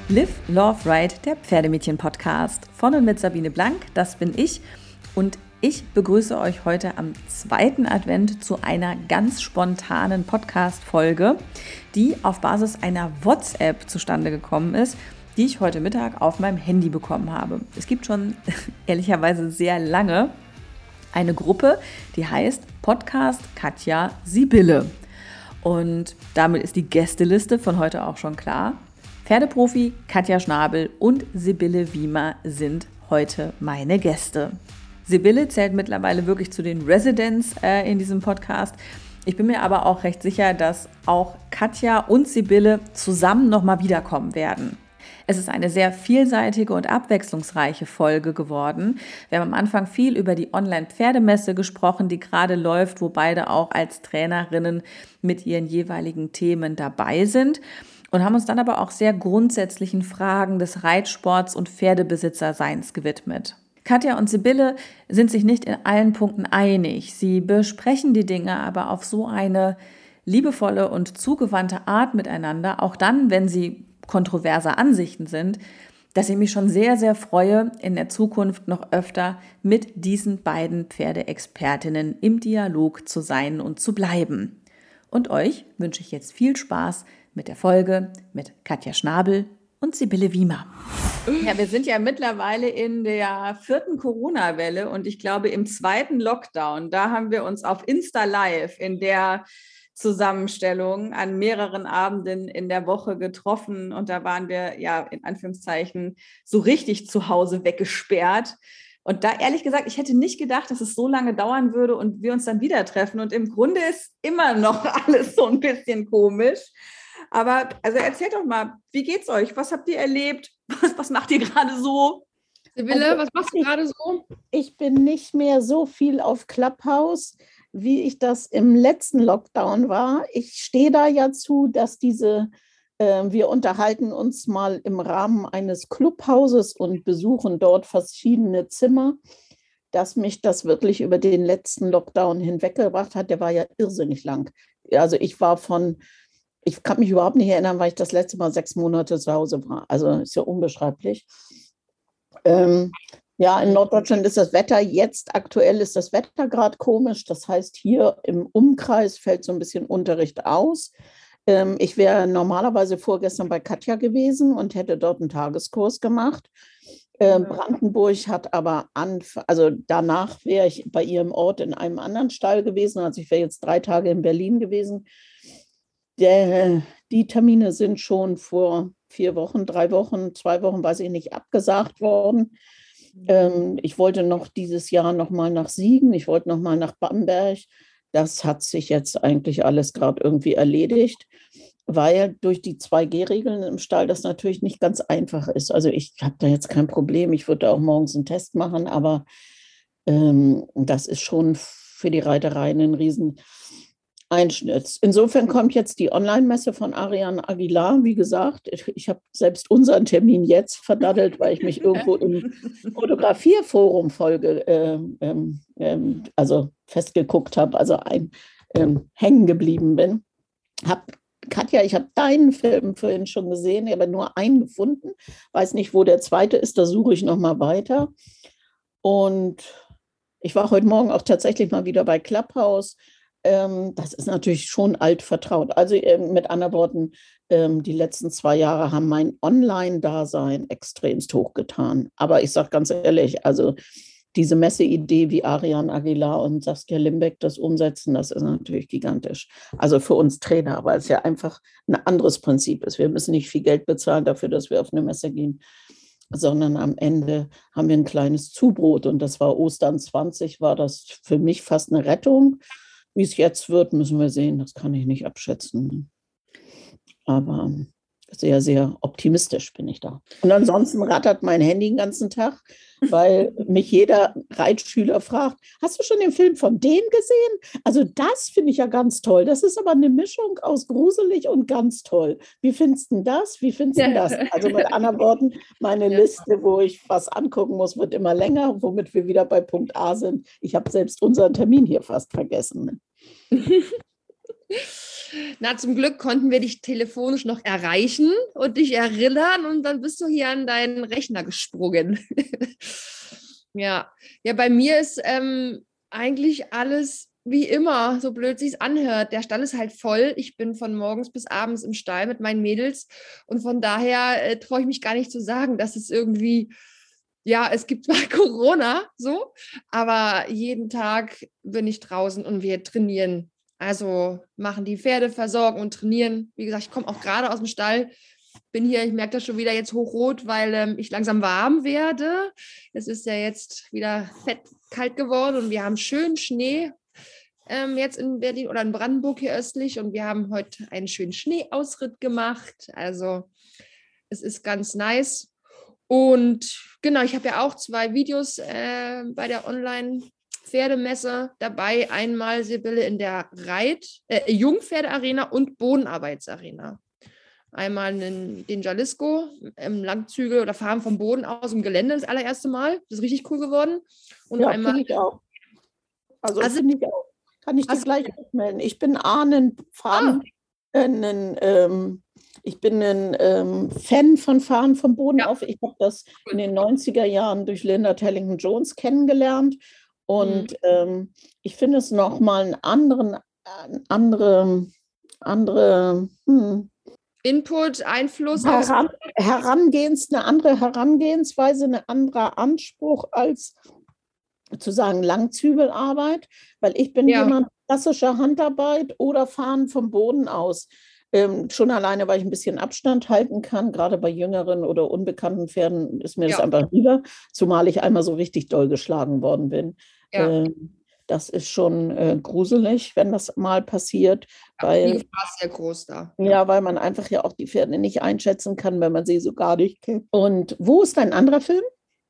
Live, Love, Ride, der Pferdemädchen-Podcast von und mit Sabine Blank, das bin ich und ich begrüße euch heute am zweiten Advent zu einer ganz spontanen Podcast-Folge, die auf Basis einer WhatsApp zustande gekommen ist, die ich heute Mittag auf meinem Handy bekommen habe. Es gibt schon ehrlicherweise sehr lange eine Gruppe, die heißt Podcast Katja Sibylle. Und damit ist die Gästeliste von heute auch schon klar. Pferdeprofi Katja Schnabel und Sibylle Wiemer sind heute meine Gäste. Sibylle zählt mittlerweile wirklich zu den Residents in diesem Podcast. Ich bin mir aber auch recht sicher, dass auch Katja und Sibylle zusammen nochmal wiederkommen werden. Es ist eine sehr vielseitige und abwechslungsreiche Folge geworden. Wir haben am Anfang viel über die Online-Pferdemesse gesprochen, die gerade läuft, wo beide auch als Trainerinnen mit ihren jeweiligen Themen dabei sind. Und haben uns dann aber auch sehr grundsätzlichen Fragen des Reitsports und Pferdebesitzerseins gewidmet. Katja und Sibylle sind sich nicht in allen Punkten einig. Sie besprechen die Dinge aber auf so eine liebevolle und zugewandte Art miteinander, auch dann, wenn sie kontroverse Ansichten sind, dass ich mich schon sehr, sehr freue, in der Zukunft noch öfter mit diesen beiden Pferdeexpertinnen im Dialog zu sein und zu bleiben. Und euch wünsche ich jetzt viel Spaß mit der Folge mit Katja Schnabel und Sibylle Wiemer. Ja, wir sind ja mittlerweile in der 4. Corona-Welle und ich glaube im 2. Lockdown, da haben wir uns auf Insta Live in der Zusammenstellung an mehreren Abenden in der Woche getroffen und da waren wir ja in Anführungszeichen so richtig zu Hause weggesperrt. Und da ehrlich gesagt, ich hätte nicht gedacht, dass es so lange dauern würde und wir uns dann wieder treffen. Und im Grunde ist immer noch alles so ein bisschen komisch. Aber also erzählt doch mal, wie geht's euch? Was habt ihr erlebt? Was macht ihr gerade so? Sibylle, was machst du gerade so? Ich bin nicht mehr so viel auf Clubhouse, wie ich das im letzten Lockdown war. Ich stehe da ja zu, dass wir unterhalten uns mal im Rahmen eines Clubhauses und besuchen dort verschiedene Zimmer, dass mich das wirklich über den letzten Lockdown hinweggebracht hat. Der war ja irrsinnig lang. Also ich kann mich überhaupt nicht erinnern, weil ich das letzte Mal 6 Monate zu Hause war. Also ist ja unbeschreiblich. Ja, in Norddeutschland ist das Wetter aktuell ist das Wetter gerade komisch. Das heißt, hier im Umkreis fällt so ein bisschen Unterricht aus. Ich wäre normalerweise vorgestern bei Katja gewesen und hätte dort einen Tageskurs gemacht. Brandenburg hat aber also danach wäre ich bei ihrem Ort in einem anderen Stall gewesen. Also ich wäre jetzt 3 Tage in Berlin gewesen. Die Termine sind schon vor 4 Wochen, 3 Wochen, 2 Wochen, weiß ich nicht, abgesagt worden. Ich wollte noch dieses Jahr noch mal nach Siegen, ich wollte noch mal nach Bamberg. Das hat sich jetzt eigentlich alles gerade irgendwie erledigt, weil durch die 2G-Regeln im Stall das natürlich nicht ganz einfach ist. Also ich habe da jetzt kein Problem, ich würde auch morgens einen Test machen, aber das ist schon für die Reitereien ein Rieseneinschnitt. Insofern kommt jetzt die Online-Messe von Ariane Aguilar. Wie gesagt, ich habe selbst unseren Termin jetzt verdaddelt, weil ich mich irgendwo im Fotografierforum also festgeguckt habe, also hängen geblieben bin. Katja, ich habe deinen Film vorhin schon gesehen, ich habe nur einen gefunden, weiß nicht, wo der zweite ist, da suche ich nochmal weiter. Und ich war heute Morgen auch tatsächlich mal wieder bei Clubhouse. Das ist natürlich schon altvertraut. Also mit anderen Worten, die letzten 2 Jahre haben mein Online-Dasein extremst hochgetan. Aber ich sage ganz ehrlich, also diese Messeidee wie Ariane Aguilar und Saskia Limbeck das umsetzen, das ist natürlich gigantisch. Also für uns Trainer, weil es ja einfach ein anderes Prinzip ist. Wir müssen nicht viel Geld bezahlen dafür, dass wir auf eine Messe gehen, sondern am Ende haben wir ein kleines Zubrot. Und das war Ostern 20, war das für mich fast eine Rettung. Wie es jetzt wird, müssen wir sehen. Das kann ich nicht abschätzen. Aber sehr, sehr optimistisch bin ich da. Und ansonsten rattert mein Handy den ganzen Tag, weil mich jeder Reitschüler fragt, hast du schon den Film von dem gesehen? Also das finde ich ja ganz toll. Das ist aber eine Mischung aus gruselig und ganz toll. Wie findest du das? Wie findest du das? Also mit anderen Worten, meine Liste, wo ich was angucken muss, wird immer länger, womit wir wieder bei Punkt A sind. Ich habe selbst unseren Termin hier fast vergessen. Na, zum Glück konnten wir dich telefonisch noch erreichen und dich erinnern und dann bist du hier an deinen Rechner gesprungen. Ja, ja, bei mir ist eigentlich alles wie immer, so blöd sich's anhört. Der Stall ist halt voll. Ich bin von morgens bis abends im Stall mit meinen Mädels und von daher traue ich mich gar nicht zu sagen, dass es irgendwie, ja, es gibt zwar Corona, so, aber jeden Tag bin ich draußen und wir trainieren. Also machen die Pferde, versorgen und trainieren. Wie gesagt, ich komme auch gerade aus dem Stall, bin hier, ich merke das schon wieder jetzt hochrot, weil ich langsam warm werde. Es ist ja jetzt wieder fett kalt geworden und wir haben schön Schnee jetzt in Berlin oder in Brandenburg hier östlich und wir haben heute einen schönen Schneeausritt gemacht. Also es ist ganz nice. Und genau, ich habe ja auch 2 Videos bei der Online-Pferdemesse dabei. Einmal Sibylle in der Jungpferdearena und Bodenarbeitsarena. Einmal den Jalisco im Langzügel oder Fahren vom Boden aus im Gelände das allererste Mal. Das ist richtig cool geworden. Und Ja, einmal. finde ich auch. Also finde ich auch. Kann ich dir gleich melden. Ich bin ich bin ein Fan von Fahren vom Boden auf. Ich habe das in den 90er Jahren durch Linda Tellington-Jones kennengelernt. Und ich finde es nochmal andere Input, Einfluss. eine andere Herangehensweise, ein anderer Anspruch als zu sagen Langzügelarbeit, weil ich bin jemand klassischer Handarbeit oder Fahren vom Boden aus. Schon alleine, weil ich ein bisschen Abstand halten kann, gerade bei jüngeren oder unbekannten Pferden ist mir das einfach lieber, zumal ich einmal so richtig doll geschlagen worden bin. Ja. Das ist schon gruselig, wenn das mal passiert. Weil, die Gefahr ist sehr groß da. Ja, weil man einfach ja auch die Pferde nicht einschätzen kann, wenn man sie so gar nicht kennt. Und wo ist dein anderer Film?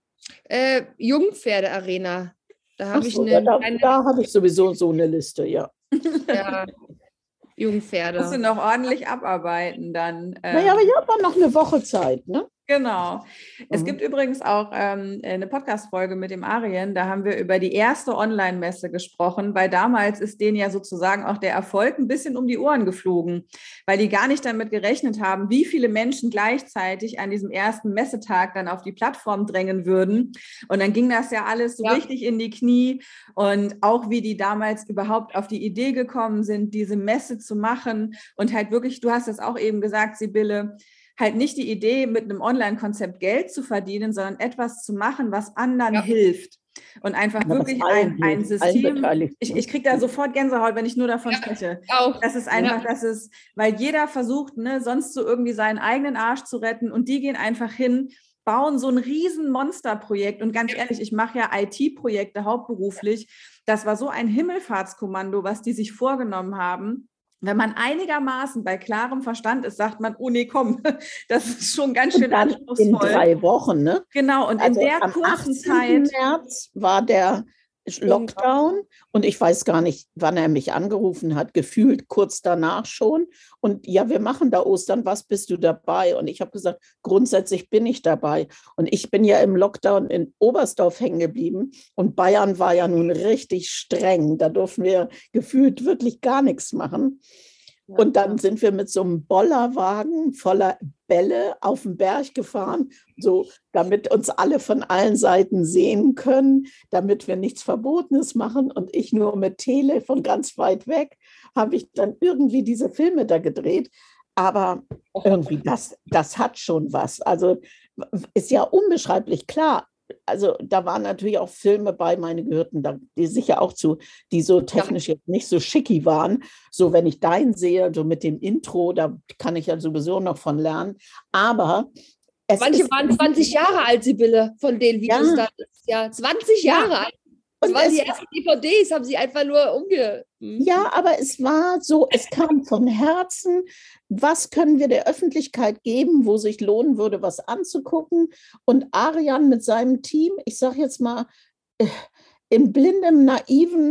Jungpferdearena. Da habe ich da habe ich sowieso so eine Liste, ja. Ja, Jungpferde. Musst du noch ordentlich abarbeiten dann. Naja, aber ich habe noch eine Woche Zeit, ne? Genau. Es gibt übrigens auch eine Podcast-Folge mit dem Arjen, da haben wir über die erste Online-Messe gesprochen, weil damals ist denen ja sozusagen auch der Erfolg ein bisschen um die Ohren geflogen, weil die gar nicht damit gerechnet haben, wie viele Menschen gleichzeitig an diesem ersten Messetag dann auf die Plattform drängen würden. Und dann ging das ja alles so richtig in die Knie und auch wie die damals überhaupt auf die Idee gekommen sind, diese Messe zu machen und halt wirklich, du hast es auch eben gesagt, Sibylle, halt nicht die Idee, mit einem Online-Konzept Geld zu verdienen, sondern etwas zu machen, was anderen hilft. Und einfach wirklich ein System. Ich kriege da sofort Gänsehaut, wenn ich nur davon spreche. Auch. Das ist einfach, weil jeder versucht, sonst so irgendwie seinen eigenen Arsch zu retten und die gehen einfach hin, bauen so ein riesen Monsterprojekt. Und ganz ehrlich, ich mache ja IT-Projekte hauptberuflich. Das war so ein Himmelfahrtskommando, was die sich vorgenommen haben. Wenn man einigermaßen bei klarem Verstand ist, sagt man, oh nee, komm, das ist schon ganz schön anspruchsvoll. In 3 Wochen, ne? Genau, und in der kurzen Zeit. Am 18. März war der Lockdown und ich weiß gar nicht, wann er mich angerufen hat, gefühlt kurz danach schon. Und ja, wir machen da Ostern, was bist du dabei? Und ich habe gesagt, grundsätzlich bin ich dabei. Und ich bin ja im Lockdown in Oberstdorf hängen geblieben und Bayern war ja nun richtig streng. Da durften wir gefühlt wirklich gar nichts machen. Und dann sind wir mit so einem Bollerwagen voller Bälle auf den Berg gefahren, so damit uns alle von allen Seiten sehen können, damit wir nichts Verbotenes machen. Und ich nur mit Tele von ganz weit weg habe ich dann irgendwie diese Filme da gedreht. Aber irgendwie, das hat schon was. Also ist ja unbeschreiblich klar. Also da waren natürlich auch Filme bei, meine gehörten, die sicher auch zu, die so technisch jetzt nicht so schicki waren. So, wenn ich deinen sehe, so mit dem Intro, da kann ich ja sowieso noch von lernen. Aber manche waren 20 Jahre alt, Sibylle, von den Videos. Ja, 20 Jahre alt. Das waren die ersten DVDs, haben sie einfach nur Ja, aber es war so, es kam von Herzen, was können wir der Öffentlichkeit geben, wo sich lohnen würde, was anzugucken. Und Arian mit seinem Team, ich sage jetzt mal, in blindem, naiven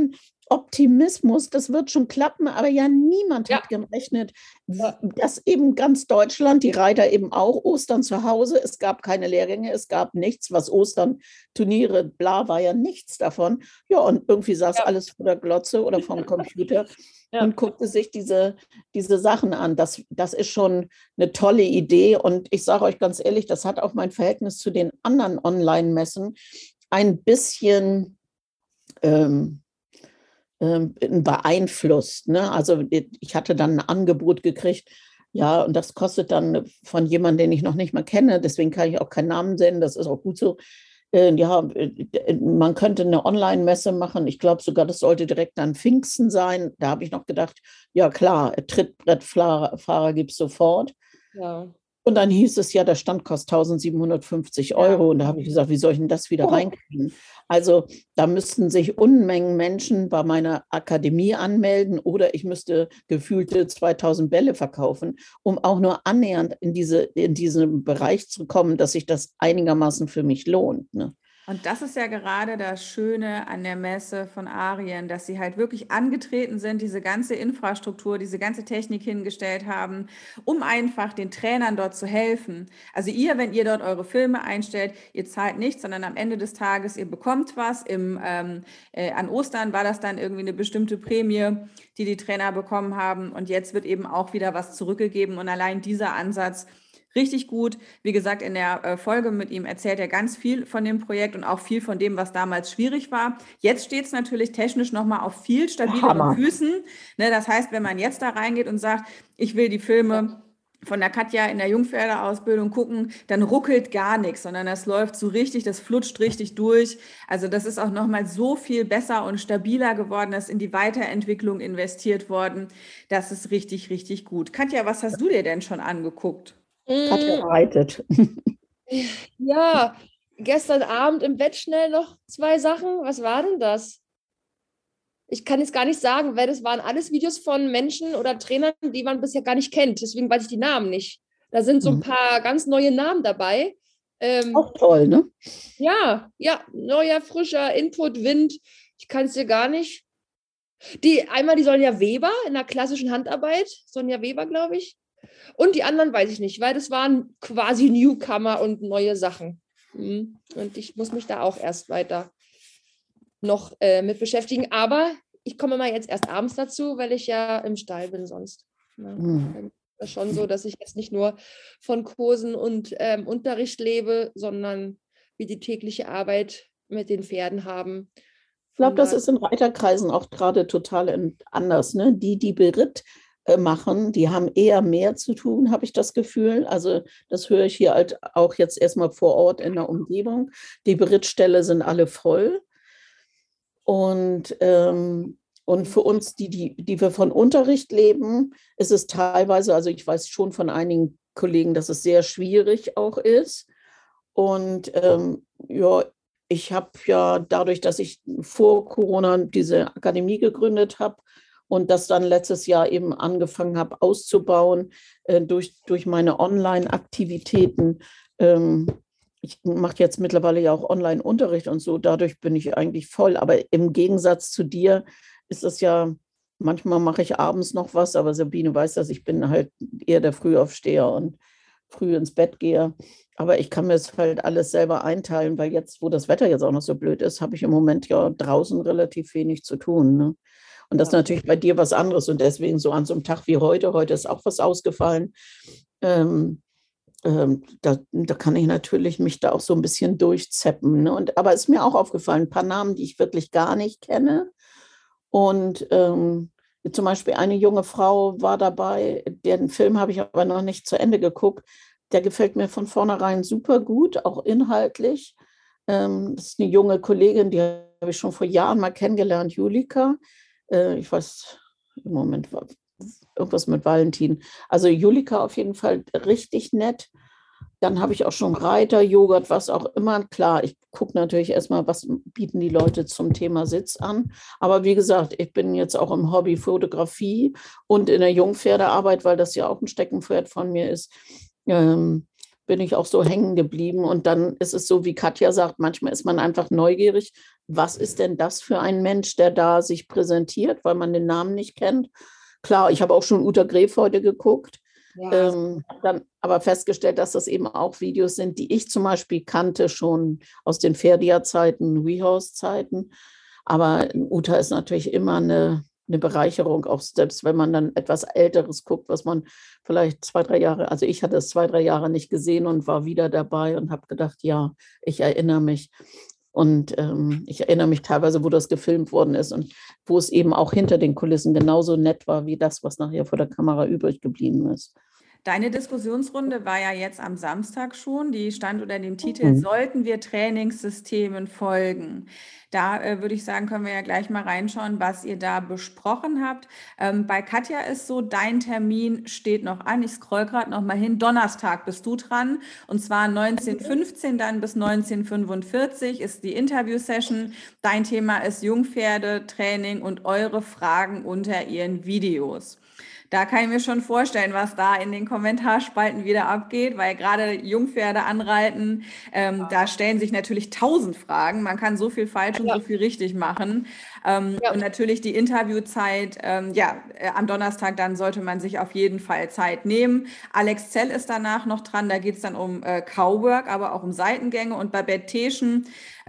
Optimismus, das wird schon klappen, aber ja, niemand Ja. hat gerechnet, Ja. dass eben ganz Deutschland, die Reiter eben auch, Ostern zu Hause, es gab keine Lehrgänge, es gab nichts, was Ostern, Turniere, bla, war ja nichts davon. Ja, und irgendwie saß Ja. alles vor der Glotze oder vom Computer Ja. und guckte sich diese Sachen an. Das ist schon eine tolle Idee und ich sage euch ganz ehrlich, das hat auch mein Verhältnis zu den anderen Online-Messen ein bisschen beeinflusst. Ne? Also ich hatte dann ein Angebot gekriegt, ja, und das kostet dann von jemandem, den ich noch nicht mal kenne, deswegen kann ich auch keinen Namen nennen, das ist auch gut so. Ja, man könnte eine Online-Messe machen. Ich glaube sogar, das sollte direkt an Pfingsten sein. Da habe ich noch gedacht, ja klar, Trittbrettfahrer gibt es sofort. Ja. Und dann hieß es ja, der Stand kostet 1.750 Euro. Und da habe ich gesagt, wie soll ich denn das wieder reinkriegen? Also da müssten sich Unmengen Menschen bei meiner Akademie anmelden oder ich müsste gefühlte 2.000 Bälle verkaufen, um auch nur annähernd in diesen Bereich zu kommen, dass sich das einigermaßen für mich lohnt. Ne? Und das ist ja gerade das Schöne an der Messe von Arien, dass sie halt wirklich angetreten sind, diese ganze Infrastruktur, diese ganze Technik hingestellt haben, um einfach den Trainern dort zu helfen. Also ihr, wenn ihr dort eure Filme einstellt, ihr zahlt nichts, sondern am Ende des Tages, ihr bekommt was. An Ostern war das dann irgendwie eine bestimmte Prämie, die die Trainer bekommen haben. Und jetzt wird eben auch wieder was zurückgegeben. Und allein dieser Ansatz, richtig gut. Wie gesagt, in der Folge mit ihm erzählt er ganz viel von dem Projekt und auch viel von dem, was damals schwierig war. Jetzt steht es natürlich technisch nochmal auf viel stabileren Füßen. Ne, das heißt, wenn man jetzt da reingeht und sagt, ich will die Filme von der Katja in der Jungpferdeausbildung gucken, dann ruckelt gar nichts, sondern das läuft so richtig, das flutscht richtig durch. Also das ist auch nochmal so viel besser und stabiler geworden, das ist in die Weiterentwicklung investiert worden. Das ist richtig, richtig gut. Katja, was hast du dir denn schon angeguckt? Katja reitet. Ja, gestern Abend im Bett schnell noch 2 Sachen. Was war denn das? Ich kann jetzt gar nicht sagen, weil das waren alles Videos von Menschen oder Trainern, die man bisher gar nicht kennt. Deswegen weiß ich die Namen nicht. Da sind so ein paar ganz neue Namen dabei. Auch toll, ne? Ja, neuer, frischer Input, Wind. Ich kann es dir gar nicht. Einmal die Sonja Weber in der klassischen Handarbeit. Sonja Weber, glaube ich. Und die anderen weiß ich nicht, weil das waren quasi Newcomer und neue Sachen. Und ich muss mich da auch erst weiter noch mit beschäftigen. Aber ich komme mal jetzt erst abends dazu, weil ich ja im Stall bin sonst. Dann ist es schon so, dass ich jetzt nicht nur von Kursen und Unterricht lebe, sondern wie die tägliche Arbeit mit den Pferden haben. Ich glaube, das ist in Reiterkreisen auch gerade total anders. Ne? Die Beritt machen, die haben eher mehr zu tun, habe ich das Gefühl. Also das höre ich hier halt auch jetzt erstmal vor Ort in der Umgebung. Die Berittställe sind alle voll. Und für uns, die wir von Unterricht leben, ist es teilweise, also ich weiß schon von einigen Kollegen, dass es sehr schwierig auch ist. Und ja, ich habe ja dadurch, dass ich vor Corona diese Akademie gegründet habe, und das dann letztes Jahr eben angefangen habe auszubauen durch meine Online-Aktivitäten. Ich mache jetzt mittlerweile ja auch Online-Unterricht und so, dadurch bin ich eigentlich voll. Aber im Gegensatz zu dir ist es ja, manchmal mache ich abends noch was, aber Sabine weiß das, ich bin halt eher der Frühaufsteher und früh ins Bett gehe. Aber ich kann mir es halt alles selber einteilen, weil jetzt, wo das Wetter jetzt auch noch so blöd ist, habe ich im Moment ja draußen relativ wenig zu tun. Ne? Und das ist natürlich bei dir was anderes und deswegen so an so einem Tag wie heute ist auch was ausgefallen. Da kann ich natürlich mich da auch so ein bisschen durchzeppen. Ne? Aber es ist mir auch aufgefallen, ein paar Namen, die ich wirklich gar nicht kenne. Und zum Beispiel eine junge Frau war dabei, deren Film habe ich aber noch nicht zu Ende geguckt. Der gefällt mir von vornherein super gut, auch inhaltlich. Das ist eine junge Kollegin, die habe ich schon vor Jahren mal kennengelernt, Julika. Ich weiß im Moment irgendwas mit Valentin. Also Julika auf jeden Fall richtig nett. Dann habe ich auch schon Reiter, Joghurt, was auch immer. Klar, ich gucke natürlich erstmal, was bieten die Leute zum Thema Sitz an. Aber wie gesagt, ich bin jetzt auch im Hobby Fotografie und in der Jungpferdearbeit, weil das ja auch ein Steckenpferd von mir ist. bin ich auch so hängen geblieben. Und dann ist es so, wie Katja sagt, manchmal ist man einfach neugierig. Was ist denn das für ein Mensch, der da sich präsentiert, weil man den Namen nicht kennt? Klar, ich habe auch schon Uta Gref heute geguckt, Ja, hab dann aber festgestellt, dass das eben auch Videos sind, die ich zum Beispiel kannte schon aus den Ferdia-Zeiten, WeHorse-Zeiten. Aber Uta ist natürlich immer eine Bereicherung, auch selbst wenn man dann etwas Älteres guckt, was man vielleicht 2, 3 Jahre, also ich hatte es 2, 3 Jahre nicht gesehen und war wieder dabei und habe gedacht, ja, ich erinnere mich. Und ich erinnere mich teilweise, wo das gefilmt worden ist und wo es eben auch hinter den Kulissen genauso nett war wie das, was nachher vor der Kamera übrig geblieben ist. Deine Diskussionsrunde war ja jetzt am Samstag schon. Die stand unter dem Titel Mhm. Sollten wir Trainingssystemen folgen? Da würde ich sagen, können wir ja gleich mal reinschauen, was ihr da besprochen habt. Bei Katja ist so, dein Termin steht noch an. Ich scroll gerade noch mal hin. Donnerstag bist du dran. Und zwar 19:15 dann bis 19:45 ist die Interview-Session. Dein Thema ist Jungpferdetraining und eure Fragen unter ihren Videos. Da kann ich mir schon vorstellen, was da in den Kommentarspalten wieder abgeht, weil gerade Jungpferde anreiten, da stellen sich natürlich 1000 Fragen. Man kann so viel falsch und ja, so viel richtig machen. ja, Und natürlich die Interviewzeit, am Donnerstag, dann sollte man sich auf jeden Fall Zeit nehmen. Alex Zell ist danach noch dran, da geht es dann um Cowwork, aber auch um Seitengänge. Und Babette Teschen,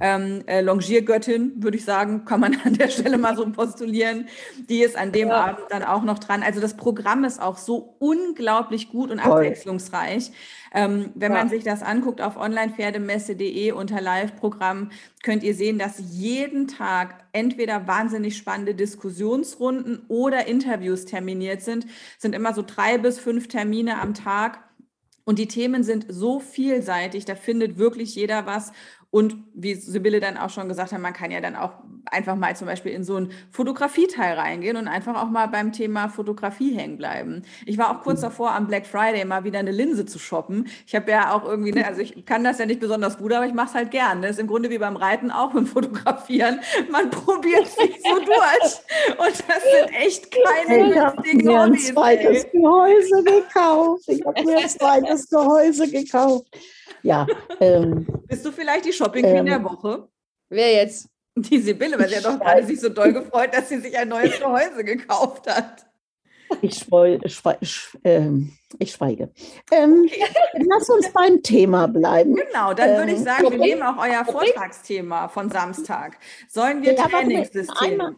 Longiergöttin, würde ich sagen, kann man an der Stelle mal so postulieren. Die ist an dem ja, Abend dann auch noch dran. Also das Programm ist auch so unglaublich gut und Toll. abwechslungsreich. Wenn man ja, sich das anguckt auf onlinepferdemesse.de unter Live-Programm, könnt ihr sehen, dass jeden Tag entweder wahnsinnig spannende Diskussionsrunden oder Interviews terminiert sind. Es sind immer so 3 bis 5 Termine am Tag. Und die Themen sind so vielseitig, da findet wirklich jeder was. Und wie Sibylle dann auch schon gesagt hat, man kann ja dann auch einfach mal zum Beispiel in so einen Fotografieteil reingehen und einfach auch mal beim Thema Fotografie hängen bleiben. Ich war auch kurz davor, am Black Friday mal wieder eine Linse zu shoppen. Ich habe ja auch irgendwie, ne, also ich kann das ja nicht besonders gut, aber ich mache es halt gern. Das ist im Grunde wie beim Reiten auch beim Fotografieren. Man probiert sich so durch. Und das sind echt keine Ich habe günstigen mir ein Hobbys, zweites ey. Gehäuse gekauft. Ich habe mir ein zweites Gehäuse gekauft. Ja, Bist du vielleicht die Shopping Queen der ähm, Woche? wer jetzt? Die Sibylle, weil sie hat doch gerade sich so doll gefreut, dass sie sich ein neues Gehäuse gekauft hat. ich schweige. Lass uns beim Thema bleiben. Genau, dann würde ich sagen, wir Shopping? nehmen auch euer Vortragsthema von Samstag. Sollen wir Ja, warte mal, Trainingssysteme?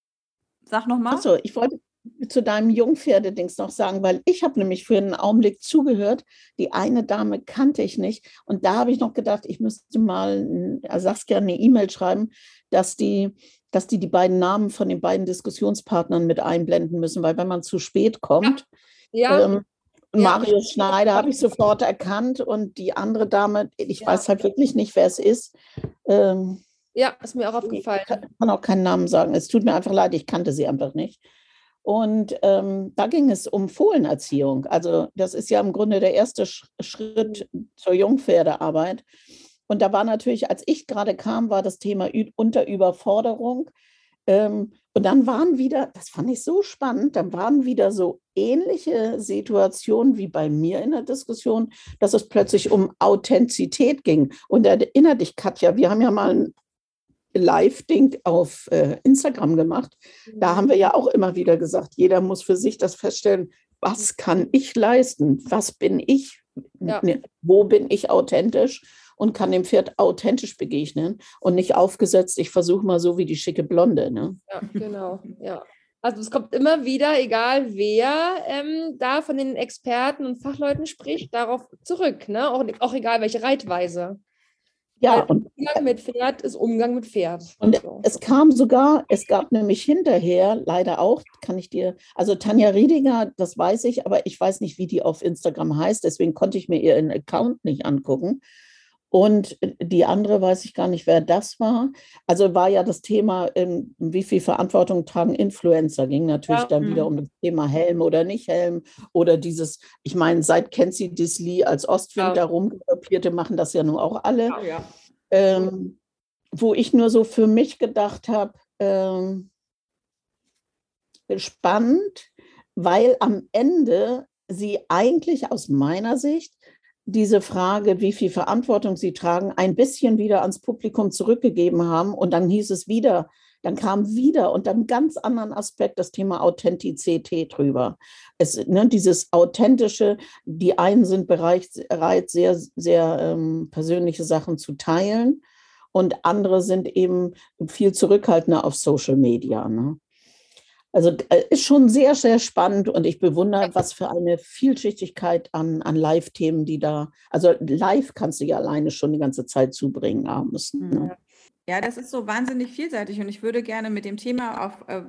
Sag nochmal. Achso, ich wollte zu deinem Jungpferdedings noch sagen, weil ich habe nämlich für einen Augenblick zugehört. Die eine Dame kannte ich nicht. Und da habe ich noch gedacht, ich müsste mal Saskia eine E-Mail schreiben, dass die beiden Namen von den beiden Diskussionspartnern mit einblenden müssen, weil wenn man zu spät kommt, Ja, ja, Marius Schneider habe ich sofort erkannt und die andere Dame, ich ja, weiß halt wirklich nicht, wer es ist. Ähm, ja, ist mir auch Ich aufgefallen. kann auch keinen Namen sagen. Es tut mir einfach leid, ich kannte sie einfach nicht. Und da ging es um Fohlenerziehung. Also das ist ja im Grunde der erste Schritt zur Jungpferdearbeit. Und da war natürlich, als ich gerade kam, war das Thema Unterüberforderung. Und dann waren wieder, das fand ich so spannend, dann waren wieder so ähnliche Situationen wie bei mir in der Diskussion, dass es plötzlich um Authentizität ging. Und erinnere dich, Katja, wir haben ja mal ein Live-Ding auf Instagram gemacht. Da haben wir ja auch immer wieder gesagt, jeder muss für sich das feststellen, was kann ich leisten, was bin ich, Ja, wo bin ich authentisch und kann dem Pferd authentisch begegnen und nicht aufgesetzt, ich versuche mal so wie die schicke Blonde. Ne? ja, genau, ja. Also es kommt immer wieder, egal wer da von den Experten und Fachleuten spricht, darauf zurück, ne? Auch egal welche Reitweise. Ja, Weil Umgang mit Pferd ist Umgang mit Pferd. und So. es gab nämlich hinterher, leider auch, kann ich dir, also Tanja Riedinger, das weiß ich, aber ich weiß nicht, wie die auf Instagram heißt, deswegen konnte ich mir ihren Account nicht angucken. Und die andere weiß ich gar nicht, wer das war. Also war ja das Thema, wie viel Verantwortung tragen Influencer, ging natürlich Ja, dann wieder um das Thema Helm oder nicht Helm oder dieses, ich meine, seit Kenzie Disley als Ostwind da rumgaloppierte, machen das ja nun auch alle. Ja. Wo ich nur so für mich gedacht habe, spannend, weil am Ende sie eigentlich aus meiner Sicht diese Frage, wie viel Verantwortung sie tragen, ein bisschen wieder ans Publikum zurückgegeben haben. Und dann hieß es wieder, dann kam wieder unter einem ganz anderen Aspekt das Thema Authentizität drüber. Dieses Authentische, die einen sind bereit, sehr, sehr persönliche Sachen zu teilen und andere sind eben viel zurückhaltender auf Social Media. Ne? Also ist schon sehr, sehr spannend und ich bewundere, was für eine Vielschichtigkeit an Live-Themen, die da, also live kannst du ja alleine schon die ganze Zeit zubringen abends. Ne? Ja, das ist so wahnsinnig vielseitig und ich würde gerne mit dem Thema,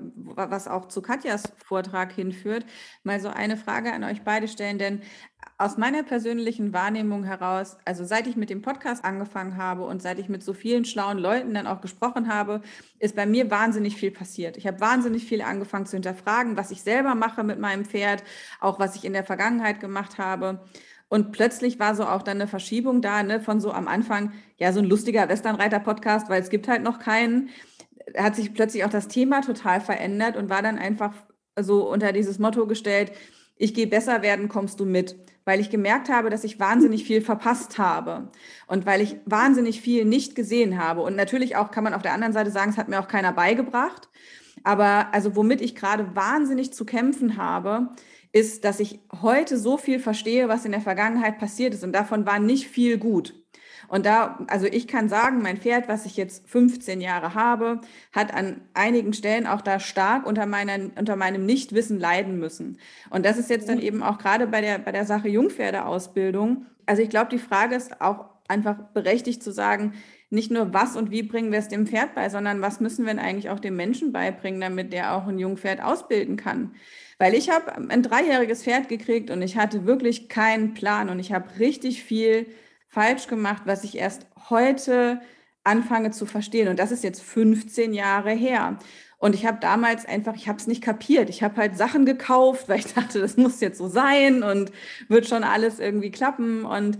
was auch zu Katjas Vortrag hinführt, mal so eine Frage an euch beide stellen, denn aus meiner persönlichen Wahrnehmung heraus, also seit ich mit dem Podcast angefangen habe und seit ich mit so vielen schlauen Leuten dann auch gesprochen habe, ist bei mir wahnsinnig viel passiert. Ich habe wahnsinnig viel angefangen zu hinterfragen, was ich selber mache mit meinem Pferd, auch was ich in der Vergangenheit gemacht habe. Und plötzlich war so auch dann eine Verschiebung da, ne, von so am Anfang, ja, so ein lustiger Westernreiter-Podcast, weil es gibt halt noch keinen. Hat sich plötzlich auch das Thema total verändert und war dann einfach so unter dieses Motto gestellt, ich gehe besser werden, kommst du mit? Weil ich gemerkt habe, dass ich wahnsinnig viel verpasst habe und weil ich wahnsinnig viel nicht gesehen habe. Und natürlich auch kann man auf der anderen Seite sagen, es hat mir auch keiner beigebracht. Aber also womit ich gerade wahnsinnig zu kämpfen habe, ist, dass ich heute so viel verstehe, was in der Vergangenheit passiert ist. Und davon war nicht viel gut. Und da, also ich kann sagen, mein Pferd, was ich jetzt 15 Jahre habe, hat an einigen Stellen auch da stark unter meinem Nichtwissen leiden müssen. Und das ist jetzt dann eben auch gerade bei der Sache Jungpferdeausbildung. Also ich glaube, die Frage ist auch einfach berechtigt zu sagen, nicht nur was und wie bringen wir es dem Pferd bei, sondern was müssen wir denn eigentlich auch dem Menschen beibringen, damit der auch ein Jungpferd ausbilden kann. Weil ich habe ein 3-jähriges Pferd gekriegt und ich hatte wirklich keinen Plan und ich habe richtig viel falsch gemacht, was ich erst heute anfange zu verstehen. Und das ist jetzt 15 Jahre her. Und ich habe damals einfach, ich habe es nicht kapiert. Ich habe halt Sachen gekauft, weil ich dachte, das muss jetzt so sein und wird schon alles irgendwie klappen. Und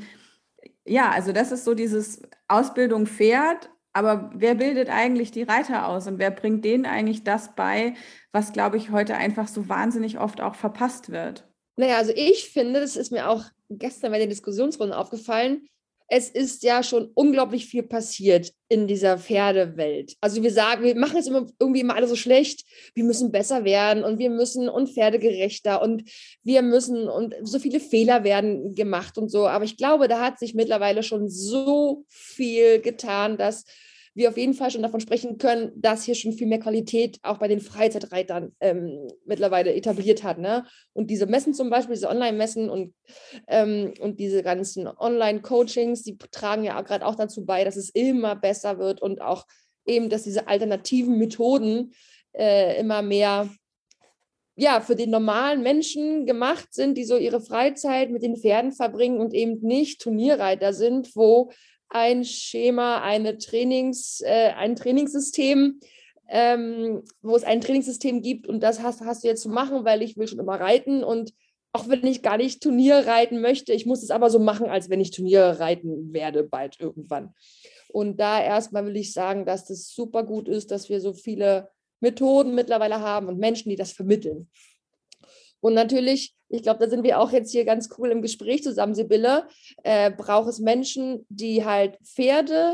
ja, also das ist so dieses Ausbildung Pferd, aber wer bildet eigentlich die Reiter aus und wer bringt denen eigentlich das bei, was, glaube ich, heute einfach so wahnsinnig oft auch verpasst wird? Naja, also ich finde, das ist mir auch gestern bei den Diskussionsrunden aufgefallen, es ist ja schon unglaublich viel passiert in dieser Pferdewelt. Also wir sagen, wir machen es irgendwie immer alle so schlecht, wir müssen besser werden und wir müssen und pferdegerechter und wir müssen und so viele Fehler werden gemacht und so. Aber ich glaube, da hat sich mittlerweile schon so viel getan, dass wir auf jeden Fall schon davon sprechen können, dass hier schon viel mehr Qualität auch bei den Freizeitreitern mittlerweile etabliert hat. Ne? Und diese Messen zum Beispiel, diese Online-Messen und diese ganzen Online-Coachings, die tragen ja gerade auch dazu bei, dass es immer besser wird und auch eben, dass diese alternativen Methoden immer mehr ja, für den normalen Menschen gemacht sind, die so ihre Freizeit mit den Pferden verbringen und eben nicht Turnierreiter sind, wo ein Schema, ein Trainingssystem, wo es ein Trainingssystem gibt und das hast du jetzt zu machen, weil ich will schon immer reiten und auch wenn ich gar nicht Turnier reiten möchte, ich muss es aber so machen, als wenn ich Turnier reiten werde bald irgendwann. Und da erstmal will ich sagen, dass das super gut ist, dass wir so viele Methoden mittlerweile haben und Menschen, die das vermitteln. Und natürlich, ich glaube, da sind wir auch jetzt hier ganz cool im Gespräch zusammen, Sibylle, braucht es Menschen, die halt Pferde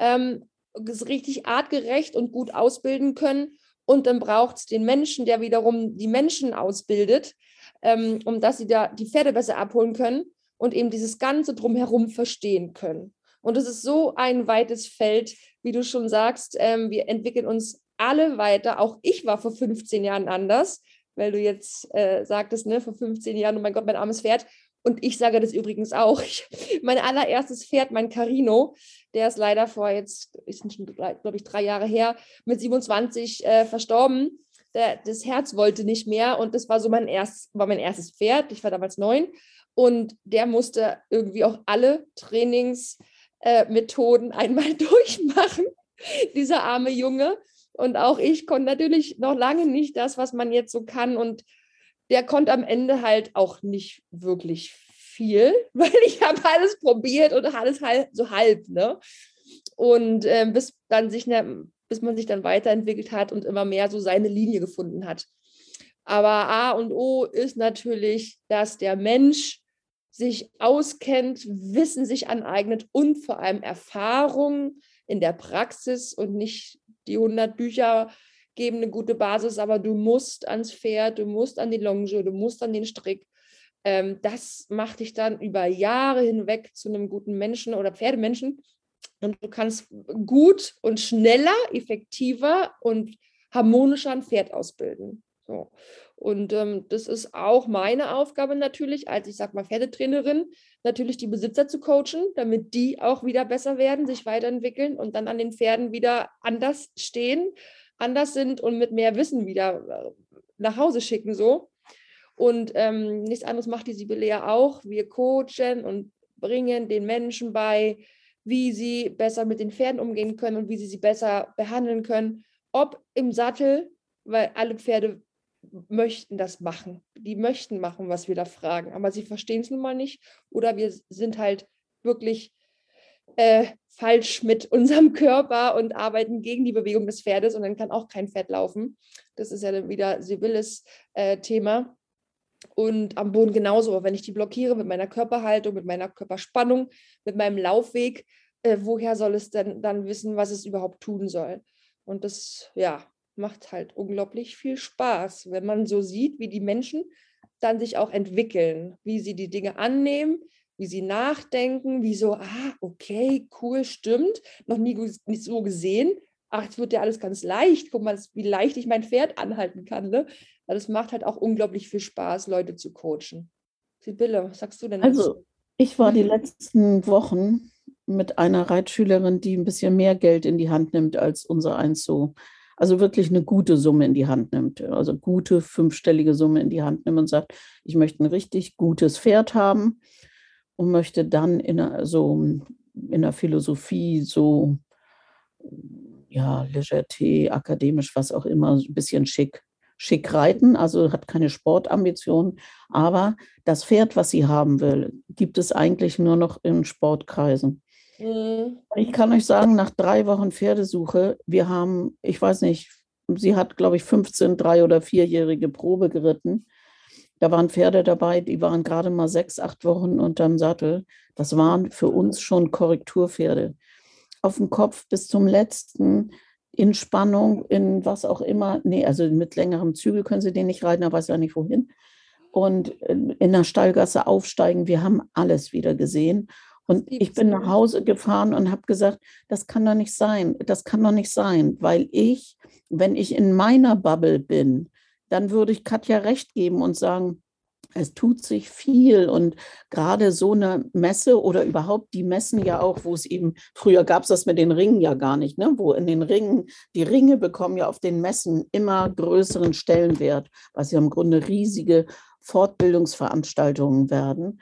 richtig artgerecht und gut ausbilden können. Und dann braucht es den Menschen, der wiederum die Menschen ausbildet, dass sie da die Pferde besser abholen können und eben dieses Ganze drumherum verstehen können. Und es ist so ein weites Feld, wie du schon sagst, wir entwickeln uns alle weiter. Auch ich war vor 15 Jahren anders, weil du jetzt sagtest, ne, vor 15 Jahren, oh mein Gott, mein armes Pferd. Und ich sage das übrigens auch. Mein allererstes Pferd, mein Carino, der ist leider vor jetzt, ist schon, glaube ich, 3 Jahre her, mit 27 verstorben. Das Herz wollte nicht mehr und das war so mein erstes Pferd. Ich war damals 9 und der musste irgendwie auch alle Trainingsmethoden einmal durchmachen, dieser arme Junge. Und auch ich konnte natürlich noch lange nicht das, was man jetzt so kann. Und der konnte am Ende halt auch nicht wirklich viel, weil ich habe alles probiert und alles halt so halb. Ne? Und bis man sich dann weiterentwickelt hat und immer mehr so seine Linie gefunden hat. Aber A und O ist natürlich, dass der Mensch sich auskennt, Wissen sich aneignet und vor allem Erfahrung in der Praxis und nicht die 100 Bücher geben eine gute Basis, aber du musst ans Pferd, du musst an die Longe, du musst an den Strick. Das macht dich dann über Jahre hinweg zu einem guten Menschen oder Pferdemenschen. Und du kannst gut und schneller, effektiver und harmonischer ein Pferd ausbilden. So. Und das ist auch meine Aufgabe natürlich, als ich sag mal Pferdetrainerin, natürlich die Besitzer zu coachen, damit die auch wieder besser werden, sich weiterentwickeln und dann an den Pferden wieder anders stehen, anders sind und mit mehr Wissen wieder nach Hause schicken. So. Und nichts anderes macht die Sibylle ja auch. Wir coachen und bringen den Menschen bei, wie sie besser mit den Pferden umgehen können und wie sie besser behandeln können. Ob im Sattel, weil alle Pferde möchten das machen. Die möchten machen, was wir da fragen, aber sie verstehen es nun mal nicht. Oder wir sind halt wirklich falsch mit unserem Körper und arbeiten gegen die Bewegung des Pferdes und dann kann auch kein Pferd laufen. Das ist ja dann wieder Sibylles Thema. Und am Boden genauso, wenn ich die blockiere mit meiner Körperhaltung, mit meiner Körperspannung, mit meinem Laufweg, woher soll es denn dann wissen, was es überhaupt tun soll? Und das, ja, macht halt unglaublich viel Spaß, wenn man so sieht, wie die Menschen dann sich auch entwickeln, wie sie die Dinge annehmen, wie sie nachdenken, wie so, okay, cool, stimmt, noch nie nicht so gesehen. Ach, jetzt wird ja alles ganz leicht. Guck mal, wie leicht ich mein Pferd anhalten kann, ne? Also es macht halt auch unglaublich viel Spaß, Leute zu coachen. Sibylle, was sagst du denn dazu? Also, ich war die letzten Wochen mit einer Reitschülerin, die ein bisschen mehr Geld in die Hand nimmt als unser eins so. Also wirklich eine gute Summe in die Hand nimmt. Also gute 5-stellige Summe in die Hand nimmt und sagt, ich möchte ein richtig gutes Pferd haben und möchte dann in der Philosophie so, ja, Légèreté, akademisch, was auch immer, so ein bisschen schick reiten, also hat keine Sportambitionen, aber das Pferd, was sie haben will, gibt es eigentlich nur noch in Sportkreisen. Ich kann euch sagen, nach 3 Wochen Pferdesuche, wir haben, ich weiß nicht, sie hat, glaube ich, 15 3- oder 4-jährige Probe geritten. Da waren Pferde dabei, die waren gerade mal 6, 8 Wochen unterm Sattel. Das waren für uns schon Korrekturpferde. Auf dem Kopf bis zum letzten, in Spannung, in was auch immer. Nee, also mit längerem Zügel können sie den nicht reiten, er weiß ja nicht wohin. Und in der Stallgasse aufsteigen, wir haben alles wieder gesehen. Und ich bin nach Hause gefahren und habe gesagt, das kann doch nicht sein, das kann doch nicht sein, weil wenn ich in meiner Bubble bin, dann würde ich Katja recht geben und sagen, es tut sich viel und gerade so eine Messe oder überhaupt die Messen ja auch, wo es eben, früher gab es das mit den Ringen ja gar nicht, ne? Wo in den Ringen, die Ringe bekommen ja auf den Messen immer größeren Stellenwert, was ja im Grunde riesige Fortbildungsveranstaltungen werden.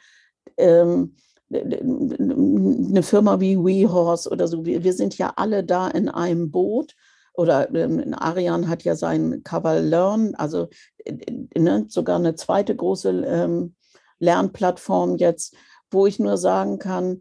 Eine Firma wie WeHorse oder so, wir sind ja alle da in einem Boot. Oder Arian hat ja sein Cavall Learn, also sogar eine zweite große Lernplattform jetzt, wo ich nur sagen kann,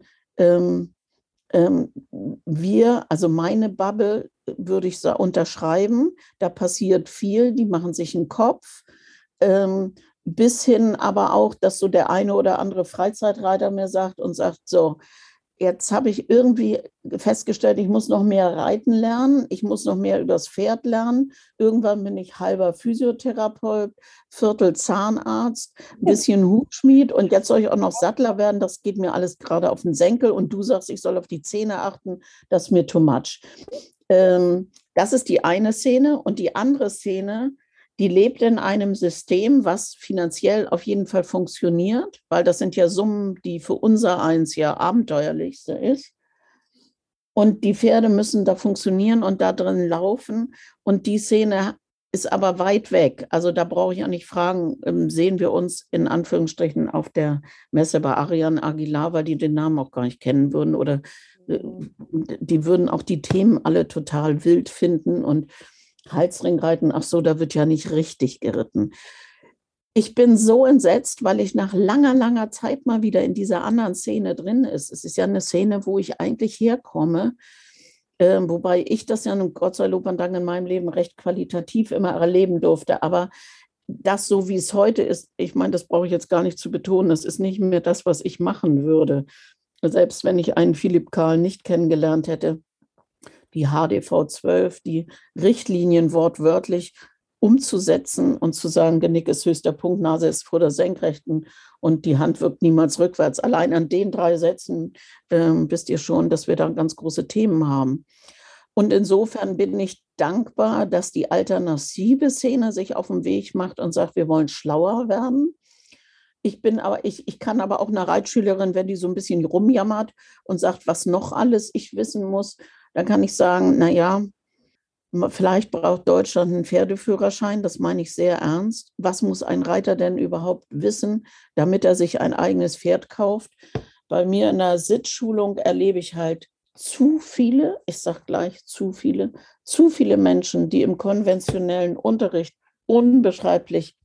also meine Bubble würde ich unterschreiben, da passiert viel, die machen sich einen Kopf, bis hin aber auch, dass so der eine oder andere Freizeitreiter mir sagt, so, jetzt habe ich irgendwie festgestellt, ich muss noch mehr reiten lernen, ich muss noch mehr über das Pferd lernen. Irgendwann bin ich halber Physiotherapeut, Viertel Zahnarzt, ein bisschen Hufschmied und jetzt soll ich auch noch Sattler werden. Das geht mir alles gerade auf den Senkel und du sagst, ich soll auf die Zähne achten, das ist mir too much. Das ist die eine Szene und die andere Szene, die lebt in einem System, was finanziell auf jeden Fall funktioniert, weil das sind ja Summen, die für unser eins ja abenteuerlichste ist. Und die Pferde müssen da funktionieren und da drin laufen. Und die Szene ist aber weit weg. Also da brauche ich auch nicht fragen, sehen wir uns in Anführungsstrichen auf der Messe bei Arian Aguilar, weil die den Namen auch gar nicht kennen würden. Oder die würden auch die Themen alle total wild finden und Halsringreiten, ach so, da wird ja nicht richtig geritten. Ich bin so entsetzt, weil ich nach langer, langer Zeit mal wieder in dieser anderen Szene drin ist. Es ist ja eine Szene, wo ich eigentlich herkomme, wobei ich das ja, Gott sei Lob und Dank, in meinem Leben recht qualitativ immer erleben durfte. Aber das so, wie es heute ist, ich meine, das brauche ich jetzt gar nicht zu betonen, das ist nicht mehr das, was ich machen würde. Selbst wenn ich einen Philipp Karl nicht kennengelernt hätte, die HDV 12, die Richtlinien wortwörtlich umzusetzen und zu sagen, Genick ist höchster Punkt, Nase ist vor der Senkrechten und die Hand wirkt niemals rückwärts. Allein an den 3 Sätzen wisst ihr schon, dass wir da ganz große Themen haben. Und insofern bin ich dankbar, dass die alternative Szene sich auf den Weg macht und sagt, wir wollen schlauer werden. Ich kann aber auch einer Reitschülerin, wenn die so ein bisschen rumjammert und sagt, was noch alles ich wissen muss, dann kann ich sagen, naja, vielleicht braucht Deutschland einen Pferdeführerschein, das meine ich sehr ernst. Was muss ein Reiter denn überhaupt wissen, damit er sich ein eigenes Pferd kauft? Bei mir in der Sitzschulung erlebe ich halt zu viele, ich sage gleich zu viele Menschen, die im konventionellen Unterricht unbeschreiblich,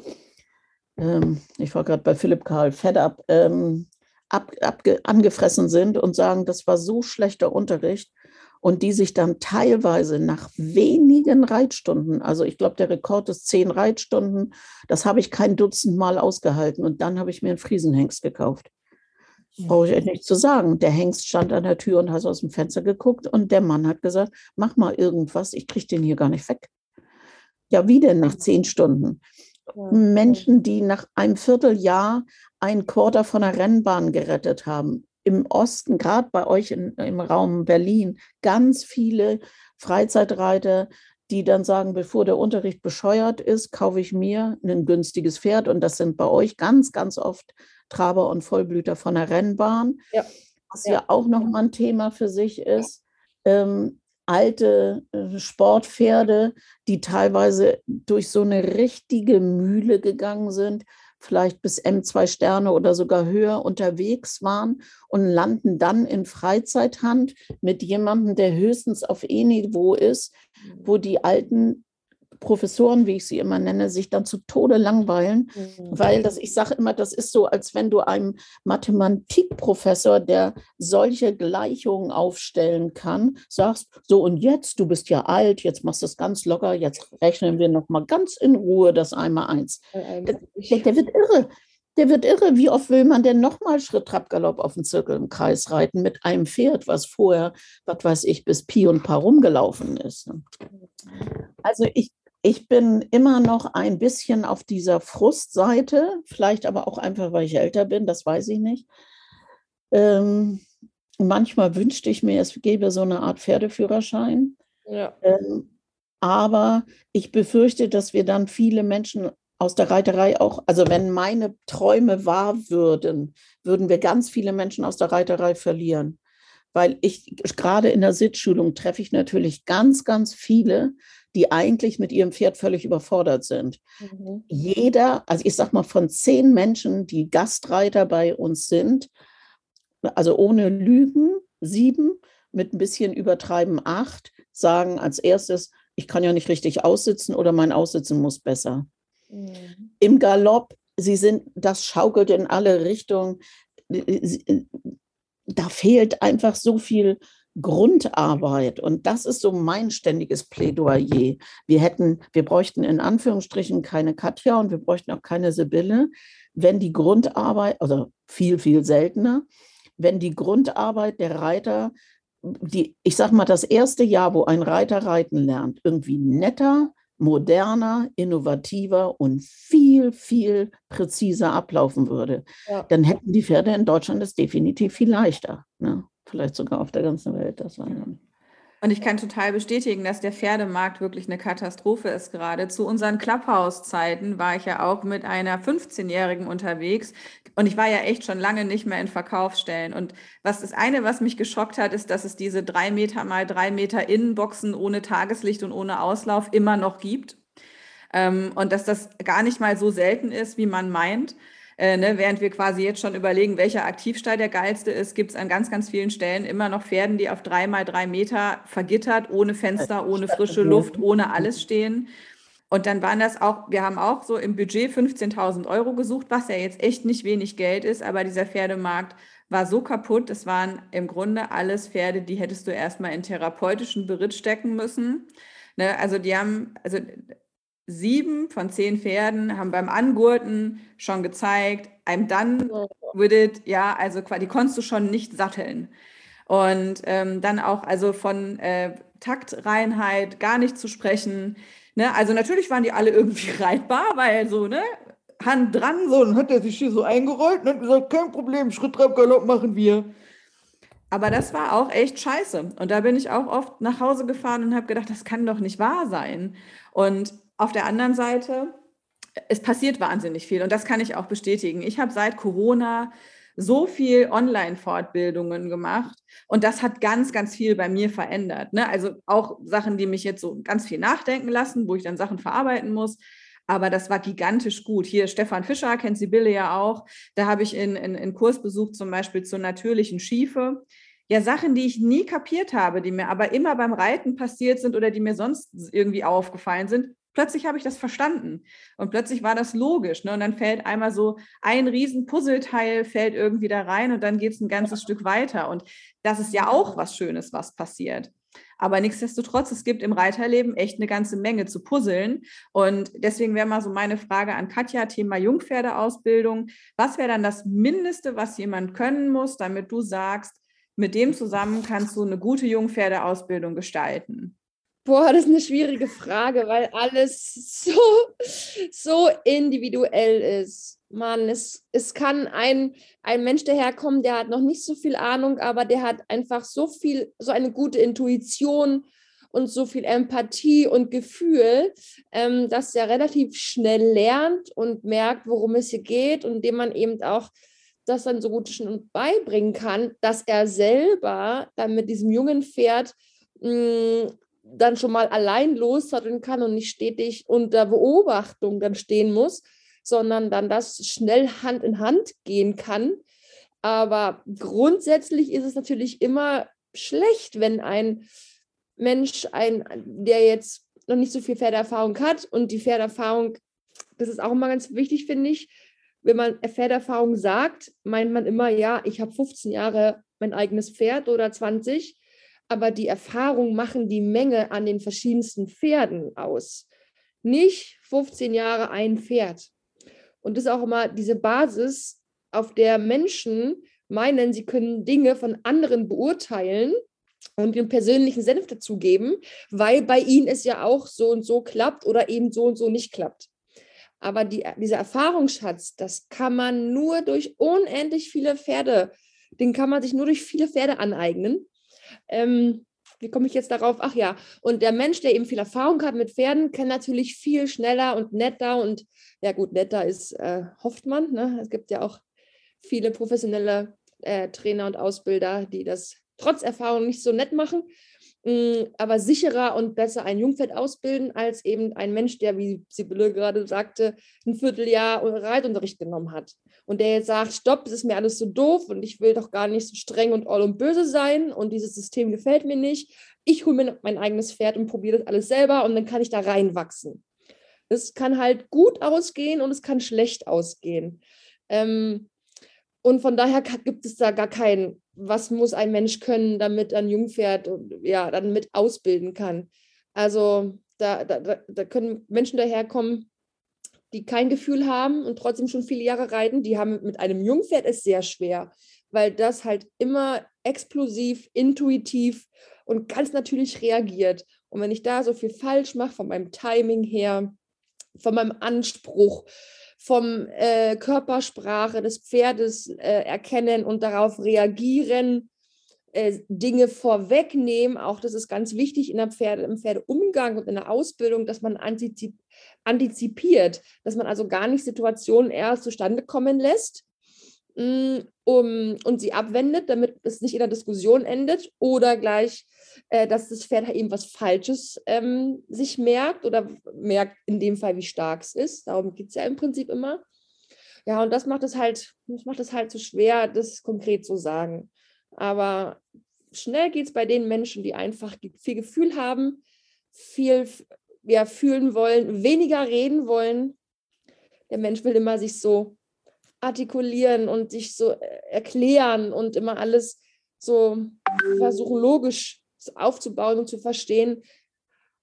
ich war gerade bei Philipp Karl, fed up, angefressen sind und sagen, das war so schlechter Unterricht und die sich dann teilweise nach wenigen Reitstunden, also ich glaube, der Rekord ist 10 Reitstunden, das habe ich kein Dutzend Mal ausgehalten und dann habe ich mir einen Friesenhengst gekauft. Brauche ich echt nicht zu sagen. Der Hengst stand an der Tür und hat aus dem Fenster geguckt und der Mann hat gesagt, mach mal irgendwas, ich kriege den hier gar nicht weg. Ja, wie denn nach 10 Stunden? Ja. Menschen, die nach einem Vierteljahr ein Quarter von der Rennbahn gerettet haben. Im Osten, gerade bei euch im Raum Berlin, ganz viele Freizeitreiter, die dann sagen, bevor der Unterricht bescheuert ist, kaufe ich mir ein günstiges Pferd. Und das sind bei euch ganz, ganz oft Traber und Vollblüter von der Rennbahn. Ja. Was ja auch nochmal ein Thema für sich ist. Alte Sportpferde, die teilweise durch so eine richtige Mühle gegangen sind, vielleicht bis M2 Sterne oder sogar höher unterwegs waren und landen dann in Freizeithand mit jemandem, der höchstens auf E-Niveau ist, wo die alten Professoren, wie ich sie immer nenne, sich dann zu Tode langweilen, weil ich sage immer, das ist so, als wenn du einem Mathematikprofessor, der solche Gleichungen aufstellen kann, sagst, so und jetzt, du bist ja alt, jetzt machst du es ganz locker, jetzt rechnen wir noch mal ganz in Ruhe das 1x1. Der wird irre. Der wird irre. Wie oft will man denn nochmal Schritt, Trab, Galopp auf den Zirkel im Kreis reiten mit einem Pferd, was vorher, was weiß ich, bis Pi und Paar rumgelaufen ist. Also ich bin immer noch ein bisschen auf dieser Frustseite, vielleicht aber auch einfach, weil ich älter bin, das weiß ich nicht. Manchmal wünschte ich mir, es gäbe so eine Art Pferdeführerschein. Ja. Aber ich befürchte, dass wir dann viele Menschen aus der Reiterei auch, also wenn meine Träume wahr würden, würden wir ganz viele Menschen aus der Reiterei verlieren. Weil gerade in der Sitzschulung treffe ich natürlich ganz, ganz viele, die eigentlich mit ihrem Pferd völlig überfordert sind. Also ich sag mal, von 10 Menschen, die Gastreiter bei uns sind, also ohne Lügen 7, mit ein bisschen Übertreiben 8, sagen als erstes, ich kann ja nicht richtig aussitzen oder mein Aussitzen muss besser. Im Galopp, das schaukelt in alle Richtungen. Da fehlt einfach so viel Grundarbeit und das ist so mein ständiges Plädoyer. Wir bräuchten in Anführungsstrichen keine Katja und wir bräuchten auch keine Sibylle, wenn die Grundarbeit, also viel, viel seltener, wenn die Grundarbeit der Reiter, ich sag mal, das erste Jahr, wo ein Reiter reiten lernt, irgendwie netter, moderner, innovativer und viel, viel präziser ablaufen würde, dann hätten die Pferde in Deutschland es definitiv viel leichter. Ne? Vielleicht sogar auf der ganzen Welt. Das war ja. Und ich kann total bestätigen, dass der Pferdemarkt wirklich eine Katastrophe ist gerade. Zu unseren Clubhouse-Zeiten war ich ja auch mit einer 15-Jährigen unterwegs und ich war ja echt schon lange nicht mehr in Verkaufsstellen. Und das eine, was mich geschockt hat, ist, dass es diese 3 Meter mal 3 Meter Innenboxen ohne Tageslicht und ohne Auslauf immer noch gibt. Und dass das gar nicht mal so selten ist, wie man meint. Während wir quasi jetzt schon überlegen, welcher Aktivstall der geilste ist, gibt es an ganz, ganz vielen Stellen immer noch Pferden, die auf 3 mal 3 Meter vergittert, ohne Fenster, ohne frische Luft, ohne alles stehen. Und dann waren das auch, wir haben auch so im Budget 15.000 € gesucht, was ja jetzt echt nicht wenig Geld ist, aber dieser Pferdemarkt war so kaputt. Es waren im Grunde alles Pferde, die hättest du erstmal in therapeutischen Beritt stecken müssen. Also 7 von 10 Pferden haben beim Angurten schon gezeigt, I'm done with it, ja, also die konntest du schon nicht satteln. Und dann auch also von Taktreinheit gar nicht zu sprechen. Ne? Also natürlich waren die alle irgendwie reitbar, weil so, ne, Hand dran, so, dann hat er sich hier so eingerollt und hat gesagt, kein Problem, Schritt, Trab, Galopp machen wir. Aber das war auch echt scheiße. Und da bin ich auch oft nach Hause gefahren und habe gedacht, das kann doch nicht wahr sein. Und auf der anderen Seite, es passiert wahnsinnig viel und das kann ich auch bestätigen. Ich habe seit Corona so viel Online-Fortbildungen gemacht und das hat ganz, ganz viel bei mir verändert. Ne? Also auch Sachen, die mich jetzt so ganz viel nachdenken lassen, wo ich dann Sachen verarbeiten muss. Aber das war gigantisch gut. Hier Stefan Fischer, kennt Sibylle ja auch. Da habe ich in Kurs besucht, zum Beispiel zur natürlichen Schiefe. Ja, Sachen, die ich nie kapiert habe, die mir aber immer beim Reiten passiert sind oder die mir sonst irgendwie aufgefallen sind. Plötzlich habe ich das verstanden und plötzlich war das logisch. Ne? Und dann fällt einmal so ein riesen Puzzleteil fällt irgendwie da rein und dann geht es ein ganzes Stück weiter. Und das ist ja auch was Schönes, was passiert. Aber nichtsdestotrotz, es gibt im Reiterleben echt eine ganze Menge zu puzzeln. Und deswegen wäre mal so meine Frage an Katja, Thema Jungpferdeausbildung. Was wäre dann das Mindeste, was jemand können muss, damit du sagst, mit dem zusammen kannst du eine gute Jungpferdeausbildung gestalten? Boah, das ist eine schwierige Frage, weil alles so individuell ist. Mann, es kann ein Mensch daherkommen, der hat noch nicht so viel Ahnung, aber der hat einfach so eine gute Intuition und so viel Empathie und Gefühl, dass der relativ schnell lernt und merkt, worum es hier geht und dem man eben auch das dann so gut schon beibringen kann, dass er selber dann mit diesem jungen Pferd dann schon mal allein lossatteln kann und nicht stetig unter Beobachtung dann stehen muss, sondern dann das schnell Hand in Hand gehen kann. Aber grundsätzlich ist es natürlich immer schlecht, wenn ein Mensch, der jetzt noch nicht so viel Pferdeerfahrung hat und die Pferdeerfahrung, das ist auch immer ganz wichtig, finde ich, wenn man Pferdeerfahrung sagt, meint man immer, ja, ich habe 15 Jahre mein eigenes Pferd oder 20, aber die Erfahrung machen die Menge an den verschiedensten Pferden aus. Nicht 15 Jahre ein Pferd. Und das ist auch immer diese Basis, auf der Menschen meinen, sie können Dinge von anderen beurteilen und den persönlichen Senf dazugeben, weil bei ihnen es ja auch so und so klappt oder eben so und so nicht klappt. Aber dieser Erfahrungsschatz, das kann man nur durch unendlich viele Pferde, den kann man sich nur durch viele Pferde aneignen. Wie komme ich jetzt darauf? Ach ja, und der Mensch, der eben viel Erfahrung hat mit Pferden, kann natürlich viel schneller und netter und, ja gut, netter ist, hofft man, ne? Es gibt ja auch viele professionelle Trainer und Ausbilder, die das trotz Erfahrung nicht so nett machen, aber sicherer und besser ein Jungpferd ausbilden, als eben ein Mensch, der, wie Sibylle gerade sagte, ein Vierteljahr Reitunterricht genommen hat. Und der jetzt sagt, stopp, es ist mir alles so doof und ich will doch gar nicht so streng und all und böse sein und dieses System gefällt mir nicht. Ich hole mir mein eigenes Pferd und probiere das alles selber und dann kann ich da reinwachsen. Es kann halt gut ausgehen und es kann schlecht ausgehen. Und von daher gibt es da gar kein, was muss ein Mensch können, damit ein Jungpferd ja, dann mit ausbilden kann. Also da können Menschen daherkommen, die kein Gefühl haben und trotzdem schon viele Jahre reiten. Die haben mit einem Jungpferd es sehr schwer, weil das halt immer explosiv, intuitiv und ganz natürlich reagiert. Und wenn ich da so viel falsch mache, von meinem Timing her, von meinem Anspruch, vom Körpersprache des Pferdes erkennen und darauf reagieren, Dinge vorwegnehmen, auch das ist ganz wichtig im Pferdeumgang und in der Ausbildung, dass man antizipiert, dass man also gar nicht Situationen erst zustande kommen lässt und sie abwendet, damit es nicht in der Diskussion endet oder gleich, dass das Pferd eben was Falsches sich merkt oder merkt in dem Fall, wie stark es ist. Darum geht es ja im Prinzip immer. Ja, und das macht es halt so schwer, das konkret zu sagen. Aber schnell geht es bei den Menschen, die einfach viel Gefühl haben, viel fühlen wollen, weniger reden wollen. Der Mensch will immer sich so artikulieren und sich so erklären und immer alles so versuchen, logisch aufzubauen und zu verstehen.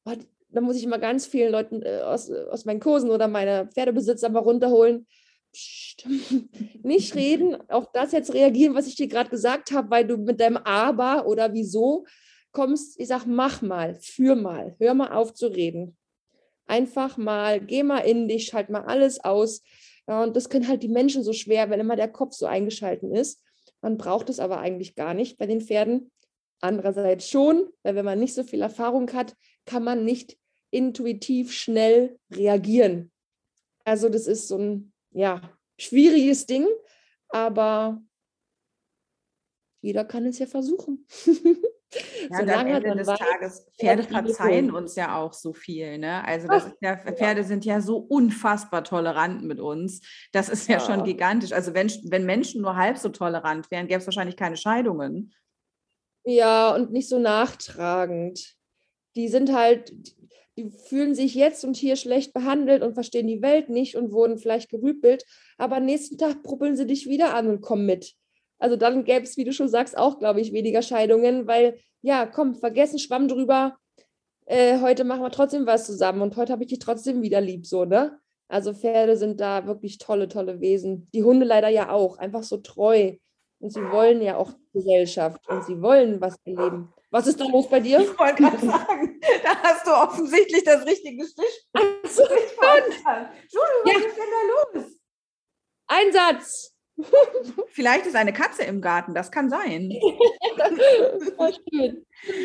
da muss ich immer ganz vielen Leuten aus meinen Kursen oder meine Pferdebesitzer mal runterholen. Psst, nicht reden, auf das jetzt reagieren, was ich dir gerade gesagt habe, weil du mit deinem Aber oder wieso kommst. Ich sage, mach mal, führ mal, hör mal auf zu reden. Einfach mal, geh mal in dich, schalt mal alles aus. Ja, und das können halt die Menschen so schwer, wenn immer der Kopf so eingeschalten ist. Man braucht es aber eigentlich gar nicht bei den Pferden. Andererseits schon, weil wenn man nicht so viel Erfahrung hat, kann man nicht intuitiv schnell reagieren. Also das ist so ein, ja, schwieriges Ding, aber jeder kann es ja versuchen. Ja, und am Ende des Tages, Pferde verzeihen uns ja auch so viel, ne? Also Pferde sind ja so unfassbar tolerant mit uns. Das ist ja schon gigantisch. Also wenn Menschen nur halb so tolerant wären, gäbe es wahrscheinlich keine Scheidungen. Ja, und nicht so nachtragend. Die sind halt, die fühlen sich jetzt und hier schlecht behandelt und verstehen die Welt nicht und wurden vielleicht gerüpelt, aber am nächsten Tag bruppeln sie dich wieder an und kommen mit. Also dann gäbe es, wie du schon sagst, auch, glaube ich, weniger Scheidungen, weil, ja, komm, vergessen, Schwamm drüber, heute machen wir trotzdem was zusammen und heute habe ich dich trotzdem wieder lieb, so, ne? Also Pferde sind da wirklich tolle, tolle Wesen. Die Hunde leider ja auch, einfach so treu. Und sie wollen ja auch Gesellschaft und sie wollen was erleben. Was ist da los bei dir? Ich wollte gerade sagen, da hast du offensichtlich das richtige Stichwort. Also, Entschuldigung, was ist denn da los? Einsatz! Vielleicht ist eine Katze im Garten, das kann sein. Voll schön.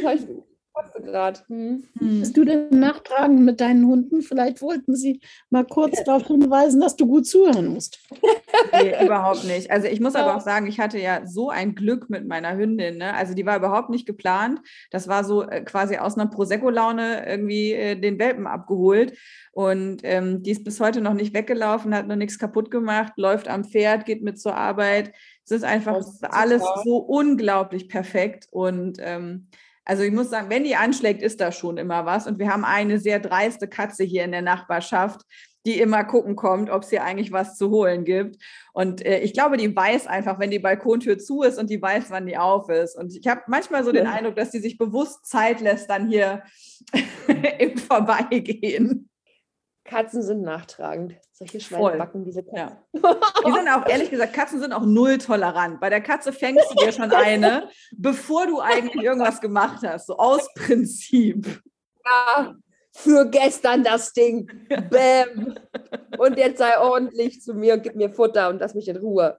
Bist du denn nachtragend mit deinen Hunden? Vielleicht wollten sie mal kurz darauf hinweisen, dass du gut zuhören musst. Nee, überhaupt nicht. Also ich muss aber auch sagen, ich hatte ja so ein Glück mit meiner Hündin. Ne? Also die war überhaupt nicht geplant. Das war so quasi aus einer Prosecco-Laune irgendwie den Welpen abgeholt. Und die ist bis heute noch nicht weggelaufen, hat noch nichts kaputt gemacht, läuft am Pferd, geht mit zur Arbeit. Es ist einfach alles so unglaublich perfekt. Und also ich muss sagen, wenn die anschlägt, ist da schon immer was. Und wir haben eine sehr dreiste Katze hier in der Nachbarschaft, die immer gucken kommt, ob es hier eigentlich was zu holen gibt. Und ich glaube, die weiß einfach, wenn die Balkontür zu ist und die weiß, wann die auf ist. Und ich habe manchmal so den Eindruck, dass die sich bewusst Zeit lässt, dann hier im Vorbeigehen. Katzen sind nachtragend. Solche Schweinebacken, diese Katzen. Ja. Die sind auch, ehrlich gesagt, Katzen sind auch null tolerant. Bei der Katze fängst du dir schon eine, bevor du eigentlich irgendwas gemacht hast. So aus Prinzip. Ja, für gestern das Ding. Bäm. Und jetzt sei ordentlich zu mir und gib mir Futter und lass mich in Ruhe.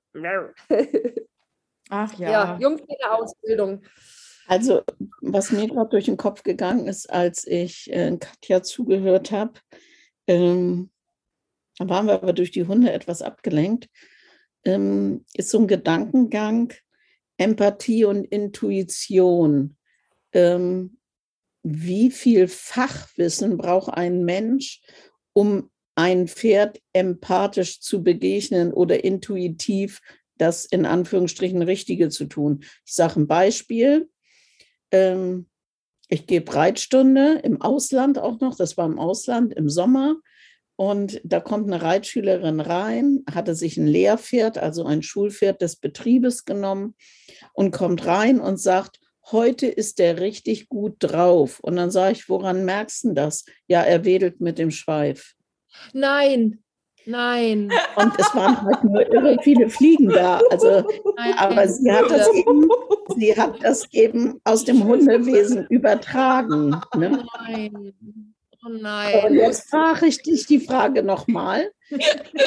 Ach ja. Ja, Jungpferde-Ausbildung. Also, was mir gerade durch den Kopf gegangen ist, als ich Katja zugehört habe, da waren wir aber durch die Hunde etwas abgelenkt, ist so ein Gedankengang, Empathie und Intuition. Wie viel Fachwissen braucht ein Mensch, um ein Pferd empathisch zu begegnen oder intuitiv das in Anführungsstrichen Richtige zu tun? Ich sage ein Beispiel. Ich gebe Reitstunde im Ausland auch noch, das war im Ausland im Sommer. Und da kommt eine Reitschülerin rein, hatte sich ein Lehrpferd, also ein Schulpferd des Betriebes genommen und kommt rein und sagt, heute ist der richtig gut drauf. Und dann sage ich, woran merkst du das? Ja, er wedelt mit dem Schweif. Nein. Und es waren halt nur irre viele Fliegen da. Also, aber sie hat das eben aus dem Hundewesen übertragen. Ne? Nein. Oh nein. Und jetzt frage ich dich die Frage nochmal. Wie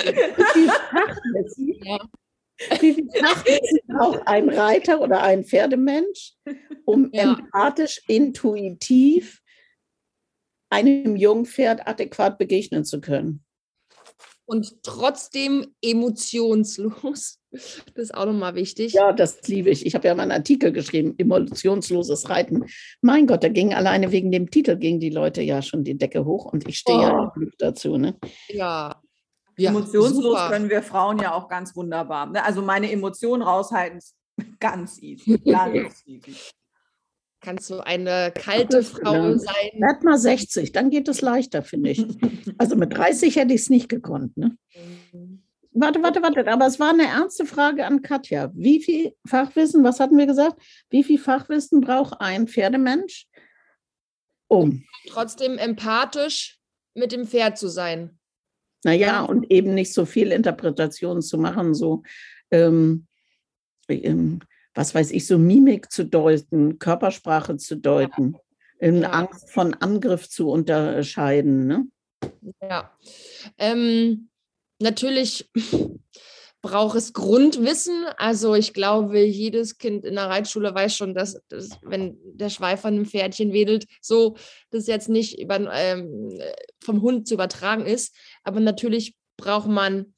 viel Fachwissen braucht ein Reiter oder ein Pferdemensch, um empathisch, intuitiv einem Jungpferd adäquat begegnen zu können? Und trotzdem emotionslos. Das ist auch nochmal wichtig. Ja, das liebe ich. Ich habe ja mal einen Artikel geschrieben, emotionsloses Reiten. Mein Gott, da ging alleine wegen dem Titel gingen die Leute ja schon die Decke hoch und ich stehe ja im Glück dazu. Ne? Ja. Emotionslos super. können wir Frauen ja auch ganz wunderbar. Ne? Also meine Emotionen raushalten ist ganz easy. Ganz easy. Kannst du eine kalte Frau sein? Werd mal 60, dann geht es leichter, finde ich. Also mit 30 hätte ich es nicht gekonnt. Ne? Warte, aber es war eine ernste Frage an Katja. Wie viel Fachwissen, was hatten wir gesagt? Wie viel Fachwissen braucht ein Pferdemensch, um. Trotzdem empathisch mit dem Pferd zu sein. Naja, und eben nicht so viel Interpretation zu machen, so, was weiß ich, so Mimik zu deuten, Körpersprache zu deuten, Angst von Angriff zu unterscheiden. Ne? Ja, natürlich braucht es Grundwissen. Also ich glaube, jedes Kind in der Reitschule weiß schon, dass wenn der Schweif von einem Pferdchen wedelt, so das jetzt nicht vom Hund zu übertragen ist. Aber natürlich braucht man,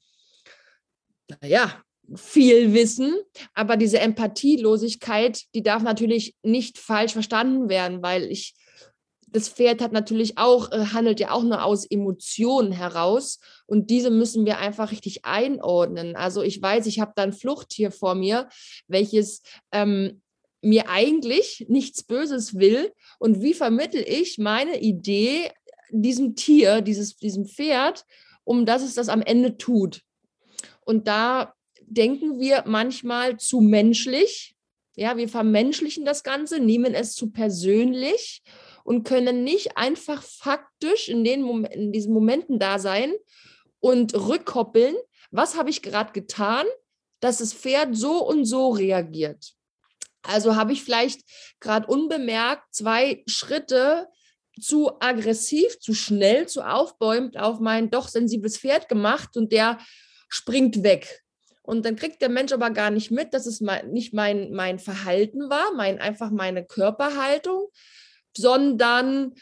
viel Wissen. Aber diese Empathielosigkeit, die darf natürlich nicht falsch verstanden werden, weil das Pferd handelt ja auch nur aus Emotionen heraus und diese müssen wir einfach richtig einordnen. Also ich weiß, ich habe da ein Fluchttier vor mir, welches mir eigentlich nichts Böses will und wie vermittle ich meine Idee diesem Tier, diesem Pferd, dass es das am Ende tut. Und da denken wir manchmal zu menschlich, ja, wir vermenschlichen das Ganze, nehmen es zu persönlich und können nicht einfach faktisch in diesen Momenten da sein und rückkoppeln, was habe ich gerade getan, dass das Pferd so und so reagiert. Also habe ich vielleicht gerade unbemerkt 2 Schritte zu aggressiv, zu schnell, zu aufbäumend auf mein doch sensibles Pferd gemacht und der springt weg. Und dann kriegt der Mensch aber gar nicht mit, dass es nicht mein Verhalten war, einfach meine Körperhaltung, sondern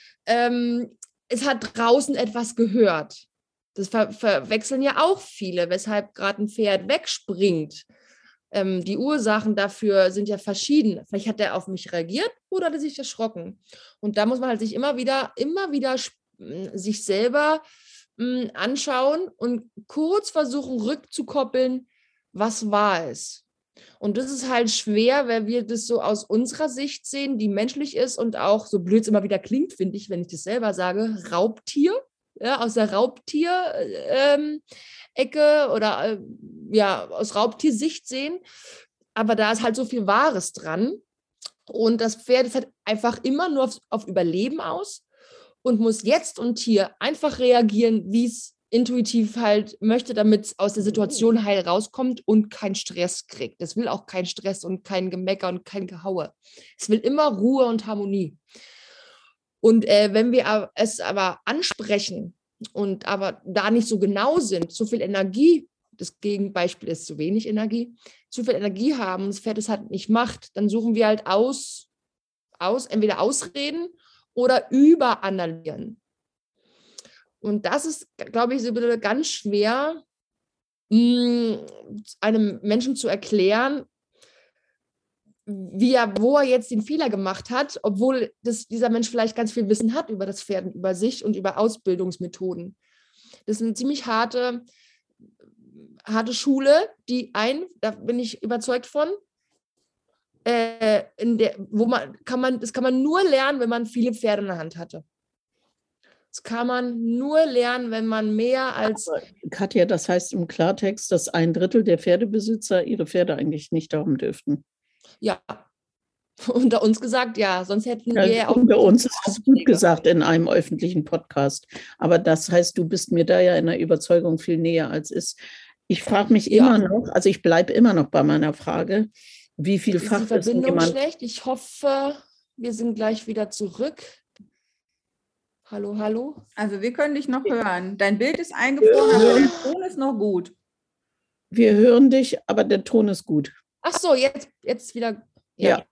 es hat draußen etwas gehört. Das verwechseln ja auch viele, weshalb gerade ein Pferd wegspringt. Die Ursachen dafür sind ja verschieden. Vielleicht hat er auf mich reagiert oder hat er sich erschrocken. Und da muss man halt sich immer wieder sich selber anschauen und kurz versuchen rückzukoppeln, was war es? Und das ist halt schwer, weil wir das so aus unserer Sicht sehen, die menschlich ist und auch, so blöd es immer wieder klingt, finde ich, wenn ich das selber sage, Raubtier, ja, aus der Raubtier-Ecke oder aus Raubtiersicht sehen. Aber da ist halt so viel Wahres dran. Und das Pferd ist halt einfach immer nur auf Überleben aus und muss jetzt und hier einfach reagieren, wie es intuitiv halt möchte, damit es aus der Situation heil rauskommt und keinen Stress kriegt. Es will auch keinen Stress und kein Gemecker und kein Gehaue. Es will immer Ruhe und Harmonie. Und wenn wir es aber ansprechen und aber da nicht so genau sind, zu viel Energie, das Gegenbeispiel ist zu wenig Energie, zu viel Energie haben und das Pferd es halt nicht macht, dann suchen wir halt entweder Ausreden oder überanalysieren. Und das ist, glaube ich, so ganz schwer, einem Menschen zu erklären, wo er jetzt den Fehler gemacht hat, obwohl dieser Mensch vielleicht ganz viel Wissen hat über das Pferd, über sich und über Ausbildungsmethoden. Das ist eine ziemlich harte Schule, da bin ich überzeugt von, das kann man nur lernen, wenn man viele Pferde in der Hand hatte. Das kann man nur lernen, wenn man mehr als... Aber Katja, das heißt im Klartext, dass 1/3 der Pferdebesitzer ihre Pferde eigentlich nicht haben dürften. Ja, unter uns gesagt, ja, sonst hätten wir ja auch... Unter uns ist es gut gesagt in einem öffentlichen Podcast. Aber das heißt, du bist mir da ja in der Überzeugung viel näher als ist. Ich frage mich immer noch, also ich bleibe immer noch bei meiner Frage, wie viel Fachwissen ist die Verbindung schlecht? Ich hoffe, wir sind gleich wieder zurück. Hallo, hallo. Also wir können dich noch hören. Dein Bild ist eingefroren, aber der Ton ist noch gut. Wir hören dich, aber der Ton ist gut. Ach so, jetzt wieder. Ja.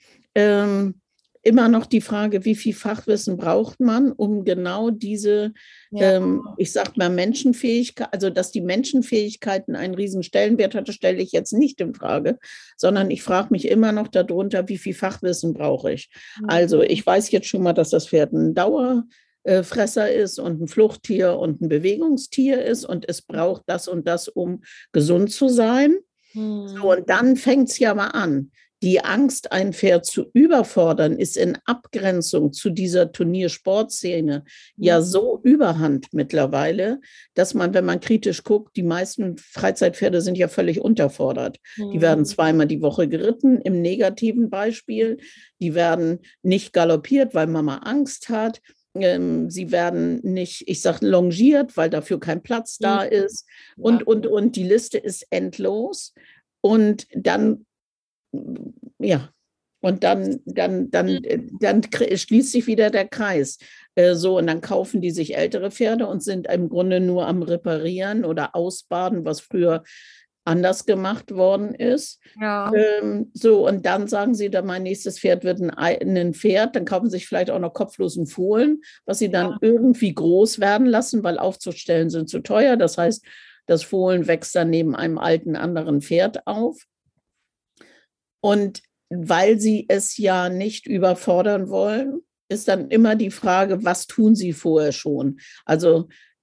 Immer noch die Frage, wie viel Fachwissen braucht man, um genau diese, ich sag mal, Menschenfähigkeit, also dass die Menschenfähigkeiten einen riesen Stellenwert hatte, stelle ich jetzt nicht in Frage, sondern ich frage mich immer noch darunter, wie viel Fachwissen brauche ich. Also ich weiß jetzt schon mal, dass das Pferd ein Dauerfresser ist und ein Fluchttier und ein Bewegungstier ist und es braucht das und das, um gesund zu sein. So, und dann fängt es ja mal an. Die Angst, ein Pferd zu überfordern, ist in Abgrenzung zu dieser Turniersportszene ja so überhand mittlerweile, dass man, wenn man kritisch guckt, die meisten Freizeitpferde sind ja völlig unterfordert. Die werden zweimal die Woche geritten, im negativen Beispiel. Die werden nicht galoppiert, weil Mama Angst hat. Sie werden nicht, ich sage, longiert, weil dafür kein Platz da ist. Und die Liste ist endlos. Und dann dann schließt sich wieder der Kreis. Und dann kaufen die sich ältere Pferde und sind im Grunde nur am Reparieren oder Ausbaden, was früher anders gemacht worden ist. Ja. Und dann sagen sie, dann mein nächstes Pferd wird ein Pferd, dann kaufen sie sich vielleicht auch noch kopflosen Fohlen, was sie dann irgendwie groß werden lassen, weil aufzustellen sind zu teuer. Das heißt, das Fohlen wächst dann neben einem alten anderen Pferd auf. Und weil sie es ja nicht überfordern wollen, ist dann immer die Frage, was tun sie vorher schon? Also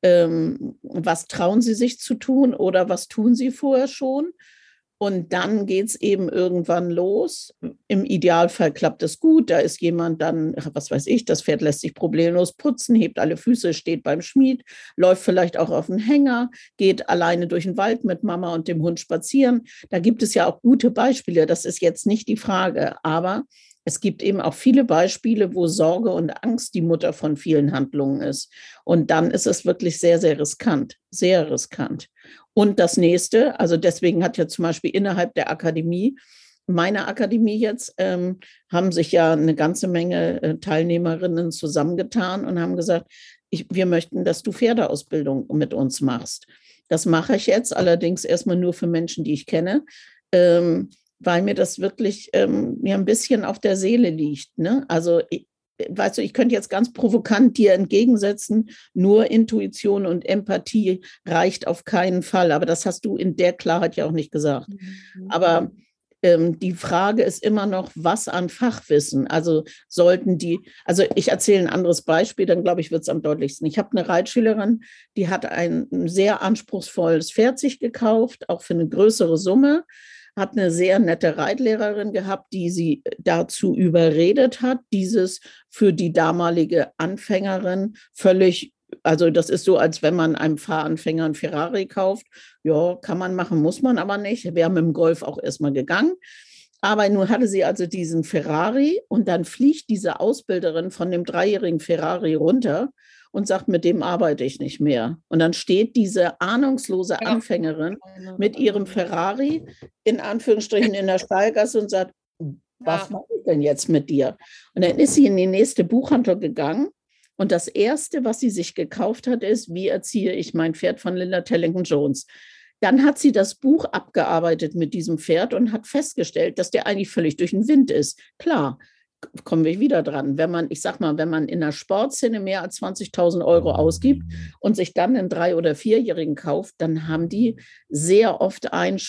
was trauen sie sich zu tun oder was tun sie vorher schon? Und dann geht es eben irgendwann los. Im Idealfall klappt es gut. Da ist jemand dann, was weiß ich, das Pferd lässt sich problemlos putzen, hebt alle Füße, steht beim Schmied, läuft vielleicht auch auf den Hänger, geht alleine durch den Wald mit Mama und dem Hund spazieren. Da gibt es ja auch gute Beispiele. Das ist jetzt nicht die Frage. Aber es gibt eben auch viele Beispiele, wo Sorge und Angst die Mutter von vielen Handlungen ist. Und dann ist es wirklich sehr, sehr riskant, sehr riskant. Und das Nächste, also deswegen hat ja zum Beispiel innerhalb der Akademie, meiner Akademie jetzt, haben sich ja eine ganze Menge Teilnehmerinnen zusammengetan und haben gesagt, wir möchten, dass du Pferdeausbildung mit uns machst. Das mache ich jetzt allerdings erstmal nur für Menschen, die ich kenne, weil mir das wirklich mir ein bisschen auf der Seele liegt. Ne? Also weißt du, ich könnte jetzt ganz provokant dir entgegensetzen, nur Intuition und Empathie reicht auf keinen Fall. Aber das hast du in der Klarheit ja auch nicht gesagt. Aber die Frage ist immer noch, was an Fachwissen? Also ich erzähle ein anderes Beispiel, dann glaube ich, wird es am deutlichsten. Ich habe eine Reitschülerin, die hat ein sehr anspruchsvolles Pferd sich gekauft, auch für eine größere Summe. Hat eine sehr nette Reitlehrerin gehabt, die sie dazu überredet hat, dieses für die damalige Anfängerin völlig, also das ist so, als wenn man einem Fahranfänger einen Ferrari kauft. Ja, kann man machen, muss man aber nicht. Wäre mit dem Golf auch erstmal gegangen. Aber nun hatte sie also diesen Ferrari und dann fliegt diese Ausbilderin von dem 3-jährigen Ferrari runter und sagt, mit dem arbeite ich nicht mehr. Und dann steht diese ahnungslose Anfängerin mit ihrem Ferrari in Anführungsstrichen in der Stallgasse und sagt, was mache ich denn jetzt mit dir? Und dann ist sie in die nächste Buchhandlung gegangen und das Erste, was sie sich gekauft hat, ist, wie erziehe ich mein Pferd von Linda Tellington-Jones. Dann hat sie das Buch abgearbeitet mit diesem Pferd und hat festgestellt, dass der eigentlich völlig durch den Wind ist. Klar, kommen wir wieder dran. Wenn man in der Sportszene mehr als 20.000 € ausgibt und sich dann einen 3- oder 4-Jährigen kauft, dann haben die sehr oft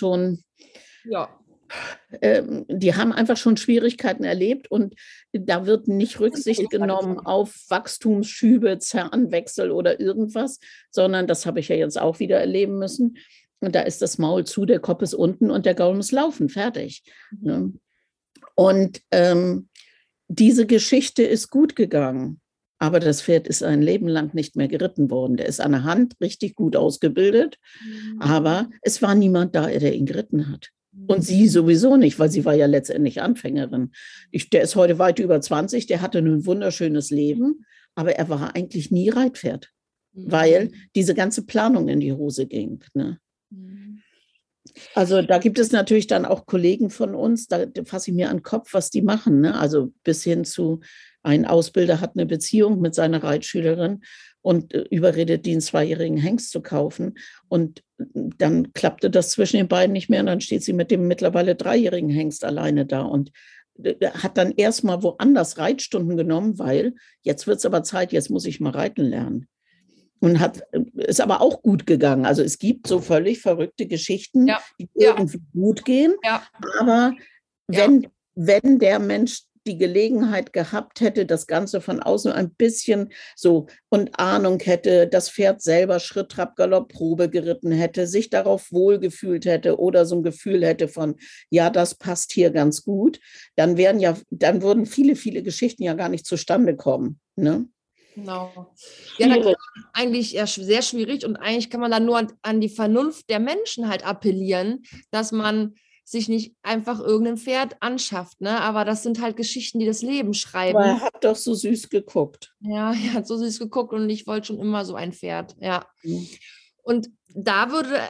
die haben einfach schon Schwierigkeiten erlebt und da wird nicht Rücksicht genommen auf Wachstumsschübe, Zahnwechsel oder irgendwas, sondern das habe ich ja jetzt auch wieder erleben müssen. Und da ist das Maul zu, der Kopf ist unten und der Gaul muss laufen, fertig. Ne? Und diese Geschichte ist gut gegangen, aber das Pferd ist ein Leben lang nicht mehr geritten worden. Der ist an der Hand richtig gut ausgebildet, aber es war niemand da, der ihn geritten hat. Und sie sowieso nicht, weil sie war ja letztendlich Anfängerin. Der ist heute weit über 20, der hatte ein wunderschönes Leben, aber er war eigentlich nie Reitpferd, weil diese ganze Planung in die Hose ging. Ne? Also da gibt es natürlich dann auch Kollegen von uns, da fasse ich mir an den Kopf, was die machen. Ne? Also bis hin zu, ein Ausbilder hat eine Beziehung mit seiner Reitschülerin und überredet die, einen 2-jährigen Hengst zu kaufen. Und dann klappte das zwischen den beiden nicht mehr und dann steht sie mit dem mittlerweile 3-jährigen Hengst alleine da und hat dann erstmal woanders Reitstunden genommen, weil jetzt wird es aber Zeit, jetzt muss ich mal reiten lernen. Und ist aber auch gut gegangen. Also es gibt so völlig verrückte Geschichten, die irgendwie gut gehen. Ja. Aber wenn der Mensch die Gelegenheit gehabt hätte, das Ganze von außen ein bisschen so und Ahnung hätte, das Pferd selber Schritt, Trab, Galopp, Probe geritten hätte, sich darauf wohlgefühlt hätte oder so ein Gefühl hätte von, ja, das passt hier ganz gut, dann würden viele, viele Geschichten ja gar nicht zustande kommen. Ne? Genau. Ja, da kann man eigentlich sehr schwierig und eigentlich kann man dann nur an die Vernunft der Menschen halt appellieren, dass man sich nicht einfach irgendein Pferd anschafft, ne? Aber das sind halt Geschichten, die das Leben schreiben. Aber er hat doch so süß geguckt. Ja, er hat so süß geguckt und ich wollte schon immer so ein Pferd, ja. Mhm. Und da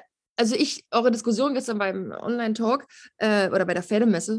eure Diskussion gestern beim Online-Talk oder bei der Pferdemesse,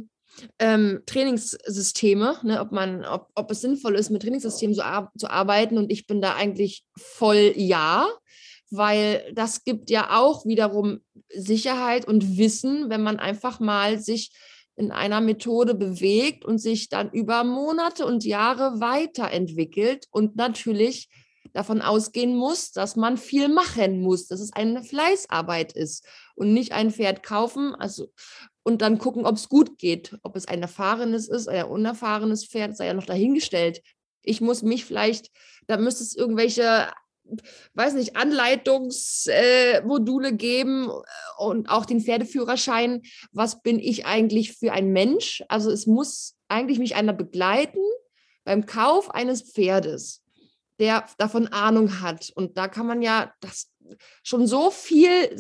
Trainingssysteme, ne, ob es sinnvoll ist, mit Trainingssystemen zu arbeiten, und ich bin da eigentlich voll ja, weil das gibt ja auch wiederum Sicherheit und Wissen, wenn man einfach mal sich in einer Methode bewegt und sich dann über Monate und Jahre weiterentwickelt und natürlich davon ausgehen muss, dass man viel machen muss, dass es eine Fleißarbeit ist und nicht ein Pferd kaufen, und dann gucken, ob es gut geht, ob es ein erfahrenes ist, ein unerfahrenes Pferd, sei ja noch dahingestellt. Ich muss mich vielleicht, da müsste es irgendwelche, weiß nicht, Anleitungsmodule geben und auch den Pferdeführerschein. Was bin ich eigentlich für ein Mensch? Also es muss eigentlich mich einer begleiten beim Kauf eines Pferdes, der davon Ahnung hat. Und da kann man ja das schon so viel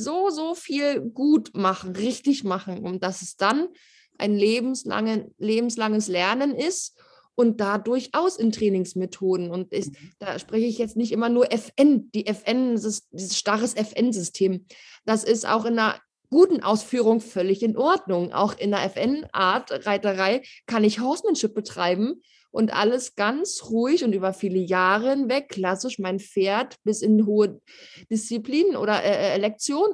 gut machen, richtig machen, und dass es dann ein lebenslanges Lernen ist und da durchaus in Trainingsmethoden. Und da spreche ich jetzt nicht immer nur FN, dieses starres FN-System. Das ist auch in einer guten Ausführung völlig in Ordnung. Auch in der FN-Art Reiterei kann ich Horsemanship betreiben und alles ganz ruhig und über viele Jahre hinweg klassisch mein Pferd bis in hohe Disziplinen oder Lektion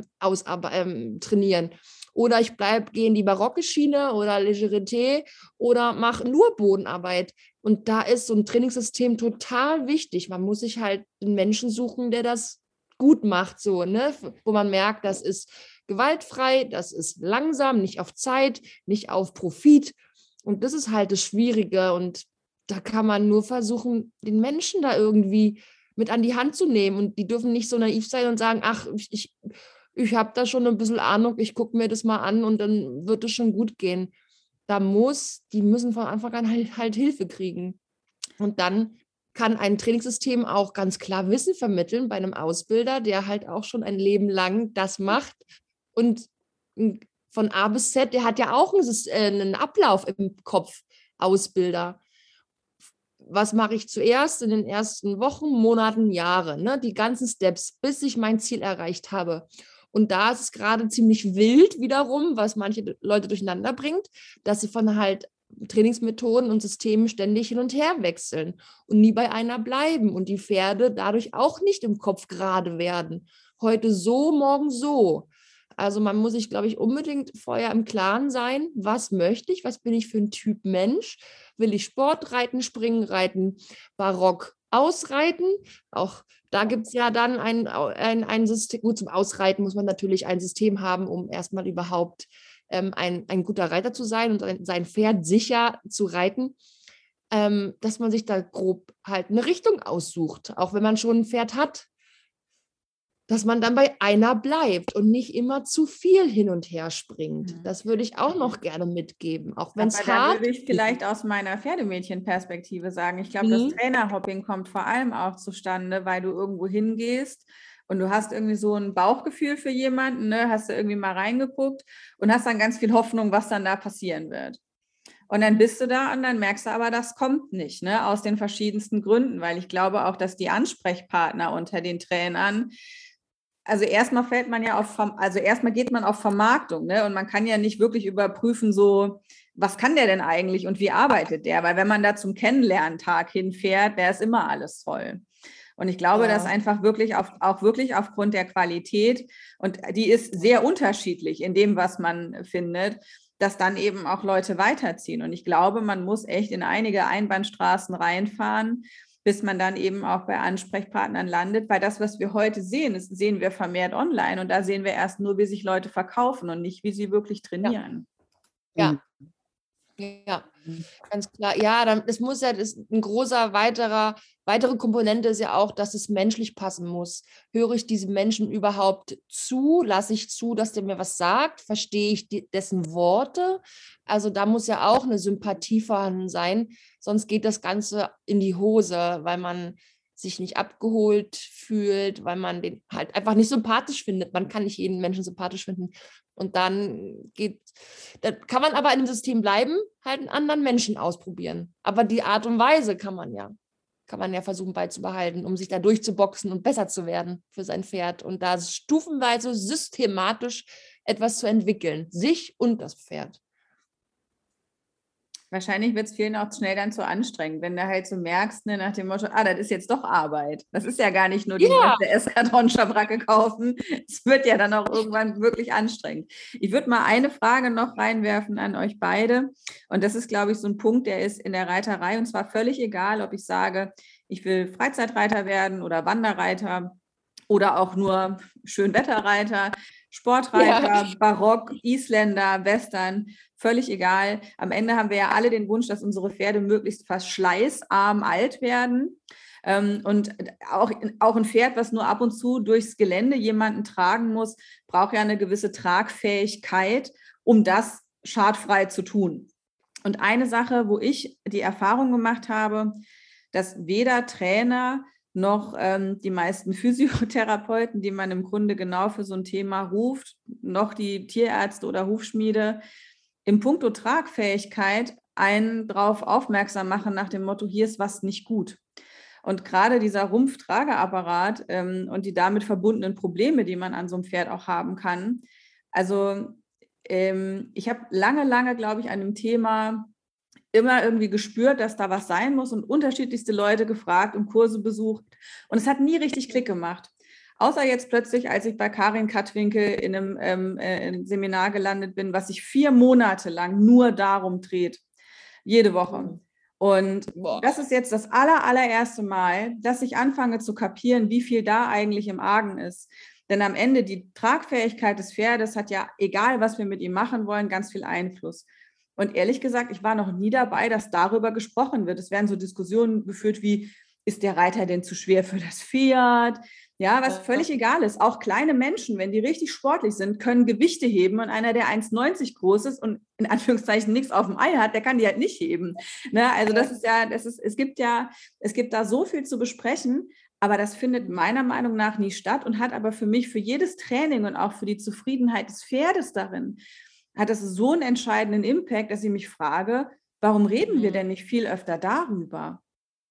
trainieren. Oder ich gehe in die barocke Schiene oder Legerité oder mache nur Bodenarbeit. Und da ist so ein Trainingssystem total wichtig. Man muss sich halt einen Menschen suchen, der das gut macht, so, ne? Wo man merkt, das ist gewaltfrei, das ist langsam, nicht auf Zeit, nicht auf Profit. Und das ist halt das Schwierige. Und da kann man nur versuchen, den Menschen da irgendwie mit an die Hand zu nehmen. Und die dürfen nicht so naiv sein und sagen, ach, ich habe da schon ein bisschen Ahnung, ich gucke mir das mal an und dann wird es schon gut gehen. Die müssen von Anfang an halt Hilfe kriegen. Und dann kann ein Trainingssystem auch ganz klar Wissen vermitteln bei einem Ausbilder, der halt auch schon ein Leben lang das macht. Und von A bis Z, der hat ja auch einen Ablauf im Kopf, Ausbilder. Was mache ich zuerst in den ersten Wochen, Monaten, Jahren, ne? Die ganzen Steps, bis ich mein Ziel erreicht habe. Und da ist es gerade ziemlich wild wiederum, was manche Leute durcheinander bringt, dass sie von halt Trainingsmethoden und Systemen ständig hin und her wechseln und nie bei einer bleiben und die Pferde dadurch auch nicht im Kopf gerade werden. Heute so, morgen so. Also man muss sich, glaube ich, unbedingt vorher im Klaren sein, was möchte ich, was bin ich für ein Typ Mensch? Will ich Sport reiten, Springen reiten, Barock ausreiten? Auch da gibt es ja dann ein System. Gut, zum Ausreiten muss man natürlich ein System haben, um erstmal überhaupt ein guter Reiter zu sein und sein Pferd sicher zu reiten, dass man sich da grob halt eine Richtung aussucht, auch wenn man schon ein Pferd hat, dass man dann bei einer bleibt und nicht immer zu viel hin und her springt. Das würde ich auch noch gerne mitgeben, auch wenn es hart ist. Da würde ich vielleicht aus meiner Pferdemädchen-Perspektive sagen, ich glaube, das Trainerhopping kommt vor allem auch zustande, weil du irgendwo hingehst und du hast irgendwie so ein Bauchgefühl für jemanden, ne? Hast du irgendwie mal reingeguckt und hast dann ganz viel Hoffnung, was dann da passieren wird. Und dann bist du da und dann merkst du aber, das kommt nicht, ne? Aus den verschiedensten Gründen, weil ich glaube auch, dass die Ansprechpartner unter den Trainern, also erstmal geht man auf Vermarktung, ne? Und man kann ja nicht wirklich überprüfen, so, was kann der denn eigentlich und wie arbeitet der? Weil wenn man da zum Kennenlerntag hinfährt, da ist immer alles voll. Und ich glaube, dass einfach wirklich aufgrund der Qualität, und die ist sehr unterschiedlich in dem, was man findet, dass dann eben auch Leute weiterziehen. Und ich glaube, man muss echt in einige Einbahnstraßen reinfahren, bis man dann eben auch bei Ansprechpartnern landet. Weil das, was wir heute sehen, das sehen wir vermehrt online. Und da sehen wir erst nur, wie sich Leute verkaufen und nicht, wie sie wirklich trainieren. Ja. Ja, ganz klar. Ja, dann, das muss ja, das ein großer weitere Komponente ist ja auch, dass es menschlich passen muss. Höre ich diesem Menschen überhaupt zu? Lasse ich zu, dass der mir was sagt? Verstehe ich dessen Worte? Also da muss ja auch eine Sympathie vorhanden sein, sonst geht das Ganze in die Hose, weil man sich nicht abgeholt fühlt, weil man den halt einfach nicht sympathisch findet. Man kann nicht jeden Menschen sympathisch finden. Und dann kann man aber in dem System bleiben, halt einen anderen Menschen ausprobieren. Aber die Art und Weise kann man ja versuchen beizubehalten, um sich da durchzuboxen und besser zu werden für sein Pferd und da stufenweise systematisch etwas zu entwickeln, sich und das Pferd. Wahrscheinlich wird es vielen auch schnell dann zu anstrengend, wenn du halt so merkst, ne, nach dem Motto, das ist jetzt doch Arbeit. Das ist ja gar nicht nur die neueste Eskadron-Schabracke kaufen. Es wird ja dann auch irgendwann wirklich anstrengend. Ich würde mal eine Frage noch reinwerfen an euch beide. Und das ist, glaube ich, so ein Punkt, der ist in der Reiterei. Und zwar völlig egal, ob ich sage, ich will Freizeitreiter werden oder Wanderreiter oder auch nur Schönwetterreiter, Sportreiter, Barock, Isländer, Western, völlig egal. Am Ende haben wir ja alle den Wunsch, dass unsere Pferde möglichst verschleißarm alt werden. Und auch ein Pferd, was nur ab und zu durchs Gelände jemanden tragen muss, braucht ja eine gewisse Tragfähigkeit, um das schadfrei zu tun. Und eine Sache, wo ich die Erfahrung gemacht habe, dass weder Trainer noch die meisten Physiotherapeuten, die man im Grunde genau für so ein Thema ruft, noch die Tierärzte oder Hufschmiede im Puncto Tragfähigkeit einen darauf aufmerksam machen nach dem Motto, hier ist was nicht gut. Und gerade dieser Rumpftrageapparat und die damit verbundenen Probleme, die man an so einem Pferd auch haben kann. Also ich habe lange, glaube ich, an dem Thema immer irgendwie gespürt, dass da was sein muss und unterschiedlichste Leute gefragt und Kurse besucht. Und es hat nie richtig Klick gemacht. Außer jetzt plötzlich, als ich bei Karin Kattwinkel in einem Seminar gelandet bin, was sich 4 Monate lang nur darum dreht. Jede Woche. Und das ist jetzt das allererste Mal, dass ich anfange zu kapieren, wie viel da eigentlich im Argen ist. Denn am Ende die Tragfähigkeit des Pferdes hat ja, egal was wir mit ihm machen wollen, ganz viel Einfluss. Und ehrlich gesagt, ich war noch nie dabei, dass darüber gesprochen wird. Es werden so Diskussionen geführt wie, ist der Reiter denn zu schwer für das Pferd? Ja, was völlig egal ist. Auch kleine Menschen, wenn die richtig sportlich sind, können Gewichte heben und einer, der 1,90 groß ist und in Anführungszeichen nichts auf dem Ei hat, der kann die halt nicht heben. Ne? Also es gibt da so viel zu besprechen, aber das findet meiner Meinung nach nie statt und hat aber für mich, für jedes Training und auch für die Zufriedenheit des Pferdes darin, hat das so einen entscheidenden Impact, dass ich mich frage, warum reden wir denn nicht viel öfter darüber?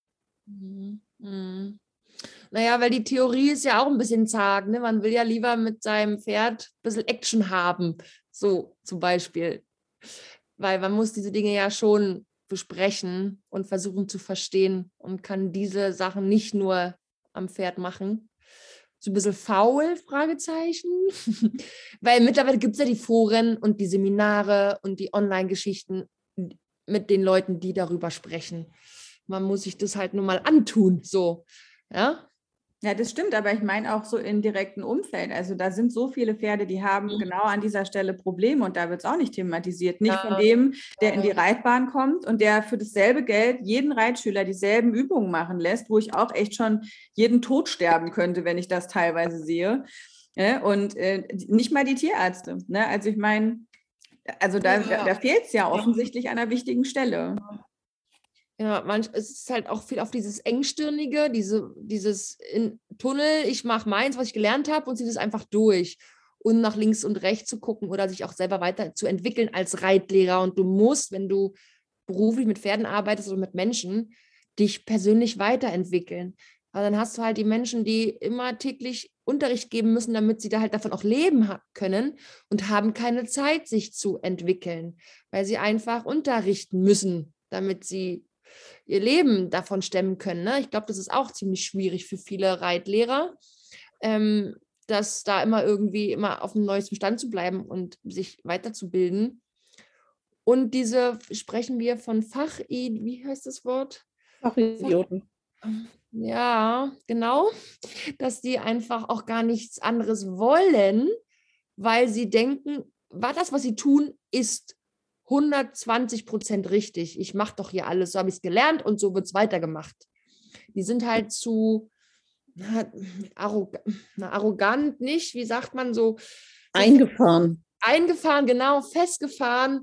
Naja, weil die Theorie ist ja auch ein bisschen zag. Ne? Man will ja lieber mit seinem Pferd ein bisschen Action haben, so zum Beispiel. Weil man muss diese Dinge ja schon besprechen und versuchen zu verstehen und kann diese Sachen nicht nur am Pferd machen. So ein bisschen faul, Fragezeichen. Weil mittlerweile gibt es ja die Foren und die Seminare und die Online-Geschichten mit den Leuten, die darüber sprechen. Man muss sich das halt nur mal antun, so, ja. Ja, das stimmt, aber ich meine auch so im direkten Umfeld. Also da sind so viele Pferde, die haben genau an dieser Stelle Probleme und da wird es auch nicht thematisiert. Nicht von dem, der in die Reitbahn kommt und der für dasselbe Geld jeden Reitschüler dieselben Übungen machen lässt, wo ich auch echt schon jeden Tod sterben könnte, wenn ich das teilweise sehe. Und nicht mal die Tierärzte. Ne? Also ich meine, also da fehlt es ja offensichtlich an einer wichtigen Stelle. Ja, es ist halt auch viel auf dieses Engstirnige, dieses Tunnel, ich mache meins, was ich gelernt habe und ziehe das einfach durch. Und nach links und rechts zu gucken oder sich auch selber weiterzuentwickeln als Reitlehrer. Und du musst, wenn du beruflich mit Pferden arbeitest oder mit Menschen, dich persönlich weiterentwickeln. Aber dann hast du halt die Menschen, die immer täglich Unterricht geben müssen, damit sie da halt davon auch leben können und haben keine Zeit, sich zu entwickeln, weil sie einfach unterrichten müssen, damit sie ihr Leben davon stemmen können. Ne? Ich glaube, das ist auch ziemlich schwierig für viele Reitlehrer, dass da immer auf dem neuesten Stand zu bleiben und sich weiterzubilden. Und sprechen wir von wie heißt das Wort? Fachidioten. Ja, genau, dass die einfach auch gar nichts anderes wollen, weil sie denken, das, was sie tun, ist 120% richtig. Ich mache doch hier alles, so habe ich es gelernt und so wird es weitergemacht. Die sind halt zu arrogant nicht, wie sagt man so Eingefahren. Eingefahren, genau, festgefahren,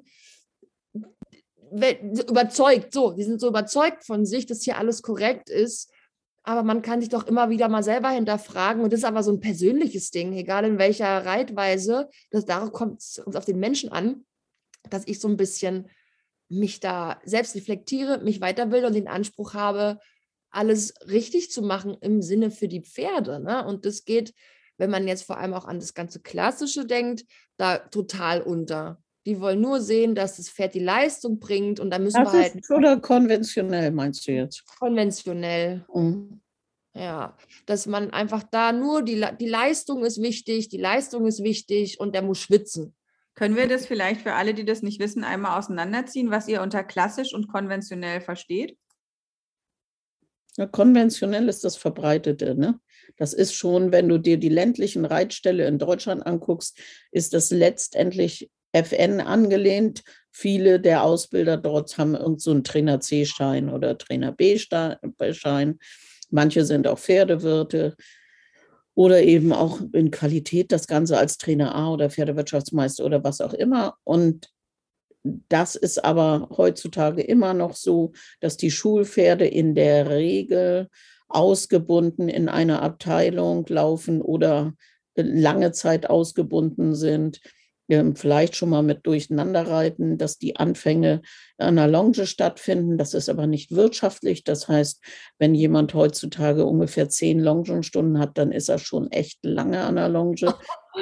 überzeugt, so, die sind so überzeugt von sich, dass hier alles korrekt ist, aber man kann sich doch immer wieder mal selber hinterfragen und das ist aber so ein persönliches Ding, egal in welcher Reitweise, darauf kommt es auf den Menschen an, dass ich so ein bisschen mich da selbst reflektiere, mich weiterbilde und den Anspruch habe, alles richtig zu machen im Sinne für die Pferde, ne? Und das geht, wenn man jetzt vor allem auch an das ganze Klassische denkt, da total unter. Die wollen nur sehen, dass das Pferd die Leistung bringt und da müssen wir halt Oder konventionell, meinst du jetzt? konventionell, ja, dass man einfach da nur die Leistung ist wichtig und der muss schwitzen. Können wir das vielleicht für alle, die das nicht wissen, einmal auseinanderziehen, was ihr unter klassisch und konventionell versteht? Ja, konventionell ist das Verbreitete, ne? Das ist schon, wenn du dir die ländlichen Reitställe in Deutschland anguckst, ist das letztendlich FN angelehnt. Viele der Ausbilder dort haben irgend so einen Trainer C-Schein oder Trainer B-Schein. Manche sind auch Pferdewirte oder eben auch in Qualität das Ganze als Trainer A oder Pferdewirtschaftsmeister oder was auch immer. Und das ist aber heutzutage immer noch so, dass die Schulpferde in der Regel ausgebunden in einer Abteilung laufen oder lange Zeit ausgebunden sind. Vielleicht schon mal mit Durcheinanderreiten, dass die Anfänge an der Longe stattfinden. Das ist aber nicht wirtschaftlich. Das heißt, wenn jemand heutzutage ungefähr 10 Longenstunden hat, dann ist er schon echt lange an der Longe.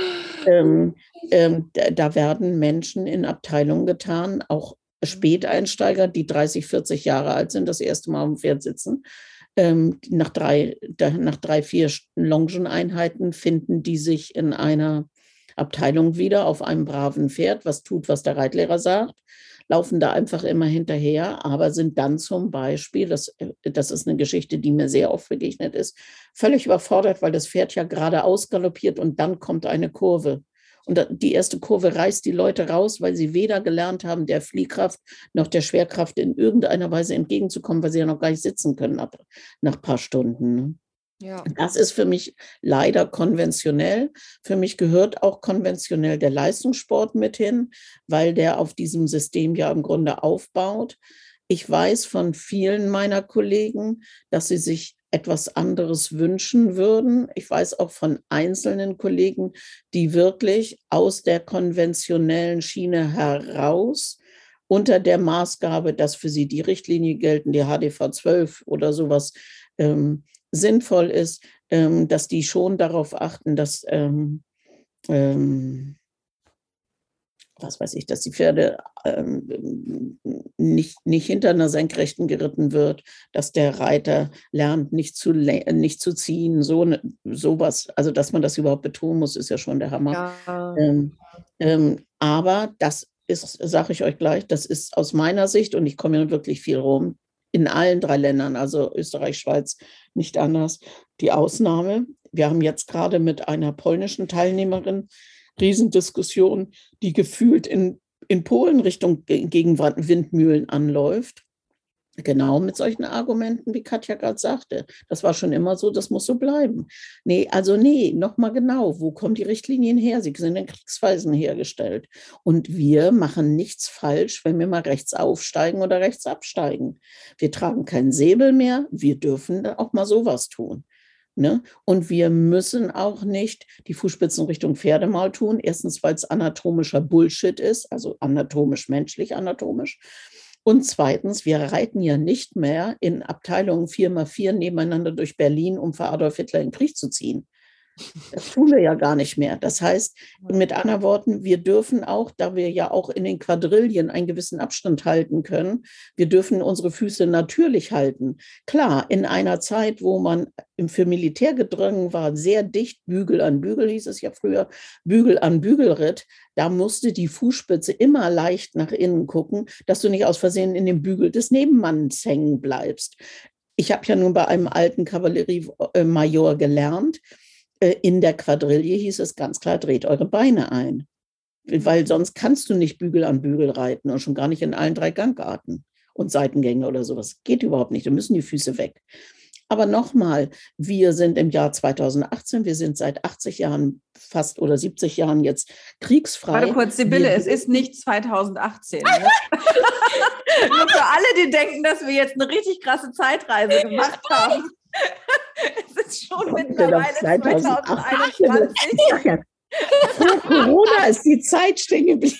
Da werden Menschen in Abteilungen getan, auch Späteinsteiger, die 30, 40 Jahre alt sind, das erste Mal auf dem Pferd sitzen. Nach 3, 4 Longeneinheiten finden die sich in einer Abteilung wieder auf einem braven Pferd, was tut, was der Reitlehrer sagt, laufen da einfach immer hinterher, aber sind dann zum Beispiel, das ist eine Geschichte, die mir sehr oft begegnet ist, völlig überfordert, weil das Pferd ja geradeaus galoppiert und dann kommt eine Kurve. Und die erste Kurve reißt die Leute raus, weil sie weder gelernt haben, der Fliehkraft noch der Schwerkraft in irgendeiner Weise entgegenzukommen, weil sie ja noch gar nicht sitzen können nach ein paar Stunden. Ja. Das ist für mich leider konventionell. Für mich gehört auch konventionell der Leistungssport mit hin, weil der auf diesem System ja im Grunde aufbaut. Ich weiß von vielen meiner Kollegen, dass sie sich etwas anderes wünschen würden. Ich weiß auch von einzelnen Kollegen, die wirklich aus der konventionellen Schiene heraus unter der Maßgabe, dass für sie die Richtlinie gelten, die HDV 12 oder sowas, sinnvoll ist, dass die schon darauf achten, dass was weiß ich, dass die Pferde nicht hinter einer Senkrechten geritten wird, dass der Reiter lernt, nicht zu ziehen, sowas. Also, dass man das überhaupt betonen muss, ist ja schon der Hammer. Ja. Aber das ist, sage ich euch gleich, das ist aus meiner Sicht, und ich komme ja wirklich viel rum, in allen 3 Ländern, also Österreich, Schweiz, nicht anders, die Ausnahme. Wir haben jetzt gerade mit einer polnischen Teilnehmerin Riesendiskussion, die gefühlt in Polen Richtung gegen Windmühlen anläuft. Genau mit solchen Argumenten, wie Katja gerade sagte. Das war schon immer so, das muss so bleiben. Nee, nochmal genau, wo kommen die Richtlinien her? Sie sind in Kriegsweisen hergestellt. Und wir machen nichts falsch, wenn wir mal rechts aufsteigen oder rechts absteigen. Wir tragen keinen Säbel mehr, wir dürfen auch mal sowas tun. Ne? Und wir müssen auch nicht die Fußspitzen Richtung Pferdemaul tun. Erstens, weil es anatomischer Bullshit ist, also anatomisch, menschlich anatomisch. Und zweitens, wir reiten ja nicht mehr in Abteilungen 4x4 nebeneinander durch Berlin, um für Adolf Hitler in den Krieg zu ziehen. Das tun wir ja gar nicht mehr. Das heißt, mit anderen Worten, wir dürfen auch, da wir ja auch in den Quadrillen einen gewissen Abstand halten können, wir dürfen unsere Füße natürlich halten. Klar, in einer Zeit, wo man für Militärgedrängen war, sehr dicht, Bügel an Bügel hieß es ja früher, Bügel an Bügel ritt, da musste die Fußspitze immer leicht nach innen gucken, dass du nicht aus Versehen in dem Bügel des Nebenmanns hängen bleibst. Ich habe ja nun bei einem alten Kavalleriemajor gelernt, in der Quadrille hieß es ganz klar, dreht eure Beine ein. weil sonst kannst du nicht Bügel an Bügel reiten und schon gar nicht in allen 3 Gangarten und Seitengänge oder sowas. Geht überhaupt nicht, da müssen die Füße weg. Aber nochmal, wir sind im Jahr 2018, wir sind seit 80 Jahren fast oder 70 Jahren jetzt kriegsfrei. Warte kurz, Sibylle, es ist nicht 2018. Ne? Nur für alle, die denken, dass wir jetzt eine richtig krasse Zeitreise gemacht haben. Es ist schon mittlerweile 2021. Ja. Vor Corona ist die Zeit stehen geblieben.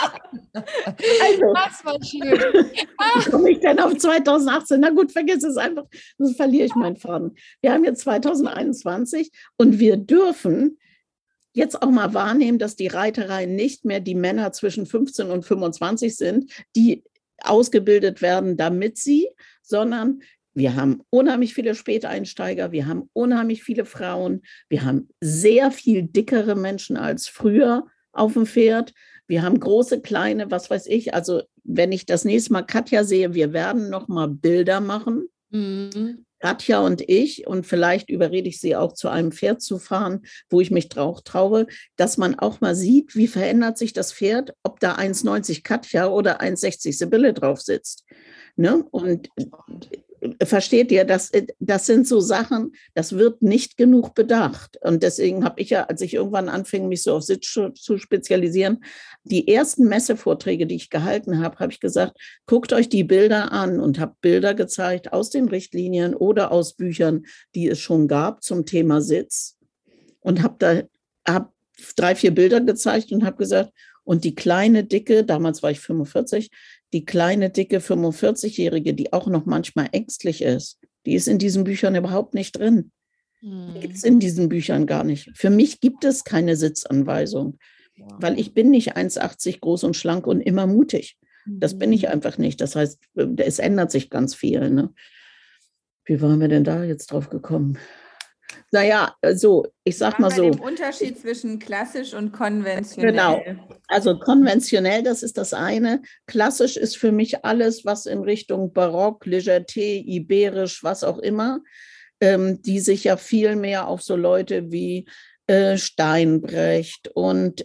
Also, Das war schön. wie komme ich denn auf 2018? Na gut, vergiss es einfach, sonst verliere ich meinen Faden. Wir haben jetzt 2021 und wir dürfen jetzt auch mal wahrnehmen, dass die Reiterei nicht mehr die Männer zwischen 15 und 25 sind, die ausgebildet werden, damit sie, sondern wir haben unheimlich viele Späteinsteiger, wir haben unheimlich viele Frauen, wir haben sehr viel dickere Menschen als früher auf dem Pferd. Wir haben große, kleine, was weiß ich. Also wenn ich das nächste Mal Katja sehe, wir werden noch mal Bilder machen. Mhm. Katja und ich, und vielleicht überrede ich sie auch zu einem Pferd zu fahren, wo ich mich traue, dass man auch mal sieht, wie verändert sich das Pferd, ob da 1,90 Katja oder 1,60 Sibylle drauf sitzt. Ne? Und versteht ihr, das sind so Sachen, das wird nicht genug bedacht. Und deswegen habe ich ja, als ich irgendwann anfing, mich so auf Sitz zu spezialisieren, die ersten Messevorträge, die ich gehalten habe, habe ich gesagt, guckt euch die Bilder an und habe Bilder gezeigt aus den Richtlinien oder aus Büchern, die es schon gab zum Thema Sitz. Und habe 3, 4 Bilder gezeigt und habe gesagt, und die kleine, dicke, damals war ich 45, die kleine, dicke 45-Jährige, die auch noch manchmal ängstlich ist, die ist in diesen Büchern überhaupt nicht drin. Die gibt es in diesen Büchern gar nicht. Für mich gibt es keine Sitzanweisung, weil ich bin nicht 1,80 groß und schlank und immer mutig. Das bin ich einfach nicht. Das heißt, es ändert sich ganz viel. Ne? Wie waren wir denn da jetzt drauf gekommen? Naja, so, ich sag mal so. Dem Unterschied zwischen klassisch und konventionell. Genau, also konventionell, das ist das eine. Klassisch ist für mich alles, was in Richtung Barock, Legerté, Iberisch, was auch immer, die sich ja viel mehr auf so Leute wie Steinbrecht und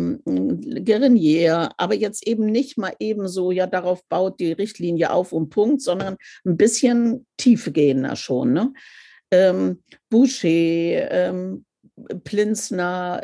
Guérinier, aber jetzt eben nicht mal eben so, ja, darauf baut die Richtlinie auf und Punkt, sondern ein bisschen tiefgehender schon, ne? Boucher, Plinzner,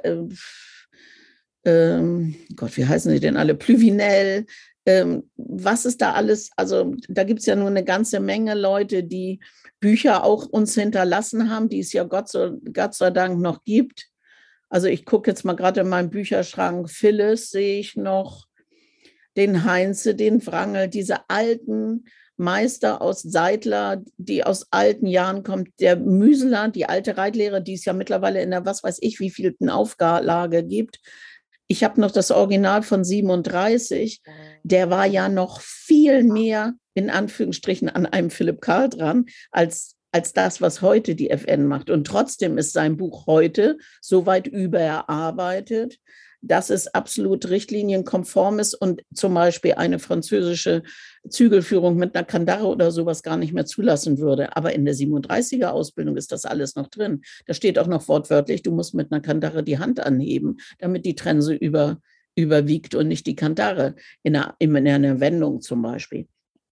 Gott, wie heißen die denn alle? Plüvinel, was ist da alles? Also da gibt es ja nur eine ganze Menge Leute, die Bücher auch uns hinterlassen haben, die es ja Gott sei Dank noch gibt. Also ich gucke jetzt mal gerade in meinem Bücherschrank, Phyllis sehe ich noch, den Heinze, den Wrangel, diese alten Meister aus Seidler, die aus alten Jahren kommt, der Müseler, die alte Reitlehre, die es ja mittlerweile in der was weiß ich wievielten Auflage gibt. Ich habe noch das Original von 37, der war ja noch viel mehr in Anführungsstrichen an einem Philipp Karl dran, als das, was heute die FN macht. Und trotzdem ist sein Buch heute so weit überarbeitet, dass es absolut richtlinienkonform ist und zum Beispiel eine französische Zügelführung mit einer Kandare oder sowas gar nicht mehr zulassen würde. Aber in der 37er-Ausbildung ist das alles noch drin. Da steht auch noch wortwörtlich, du musst mit einer Kandare die Hand anheben, damit die Trense überwiegt und nicht die Kandare in einer Wendung zum Beispiel.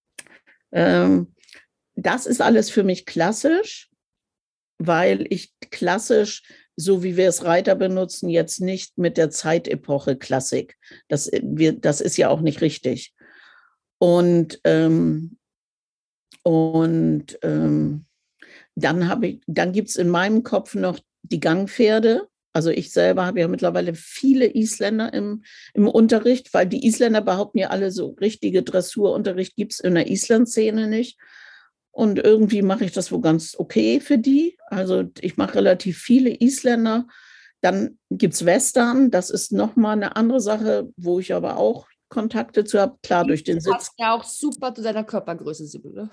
Das ist alles für mich klassisch, weil ich klassisch, so wie wir es Reiter benutzen, jetzt nicht mit der Zeitepoche Klassik. Das ist ja auch nicht richtig. Und dann gibt es in meinem Kopf noch die Gangpferde. Also ich selber habe ja mittlerweile viele Isländer im Unterricht, weil die Isländer behaupten ja alle, so richtige Dressurunterricht gibt es in der Island-Szene nicht. Und irgendwie mache ich das wohl ganz okay für die. Also ich mache relativ viele Isländer. Dann gibt es Western. Das ist nochmal eine andere Sache, wo ich aber auch Kontakte zu habe. Klar, durch den Sitz. Das passt ja auch super zu deiner Körpergröße, Sibylle.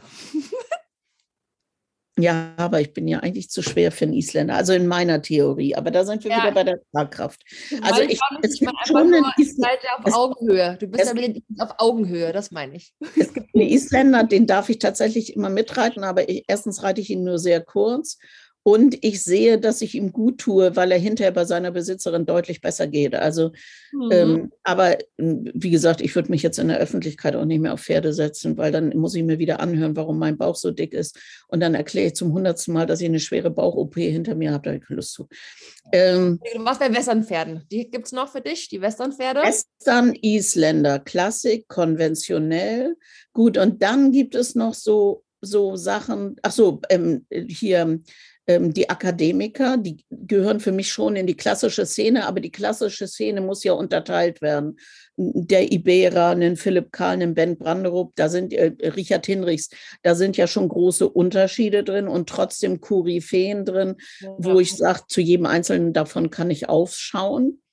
Ja, aber ich bin ja eigentlich zu schwer für einen Isländer. Also in meiner Theorie. Aber da sind wir wieder bei der Tragkraft. Also ich meine einfach nur, ihr seid ja auf Augenhöhe. Du bist ja wieder auf Augenhöhe, das meine ich. Es gibt einen Isländer, den darf ich tatsächlich immer mitreiten, aber erstens reite ich ihn nur sehr kurz Und ich sehe, dass ich ihm gut tue, weil er hinterher bei seiner Besitzerin deutlich besser geht. Also, aber wie gesagt, ich würde mich jetzt in der Öffentlichkeit auch nicht mehr auf Pferde setzen, weil dann muss ich mir wieder anhören, warum mein Bauch so dick ist. Und dann erkläre ich zum 100. Mal, dass ich eine schwere Bauch-OP hinter mir habe. Da habe ich keine Lust zu. Du warst bei Westernpferden. Die gibt es noch für dich, die Westernpferde? Western, Isländer, Klassik, konventionell. Gut, und dann gibt es noch so Sachen, hier die Akademiker, die gehören für mich schon in die klassische Szene, aber die klassische Szene muss ja unterteilt werden. Der Iberer, einen Philipp Karl, einen Ben Branderup, da sind Richard Hinrichs, da sind ja schon große Unterschiede drin und trotzdem Koryphäen drin, wo ich sage, zu jedem Einzelnen davon kann ich aufschauen.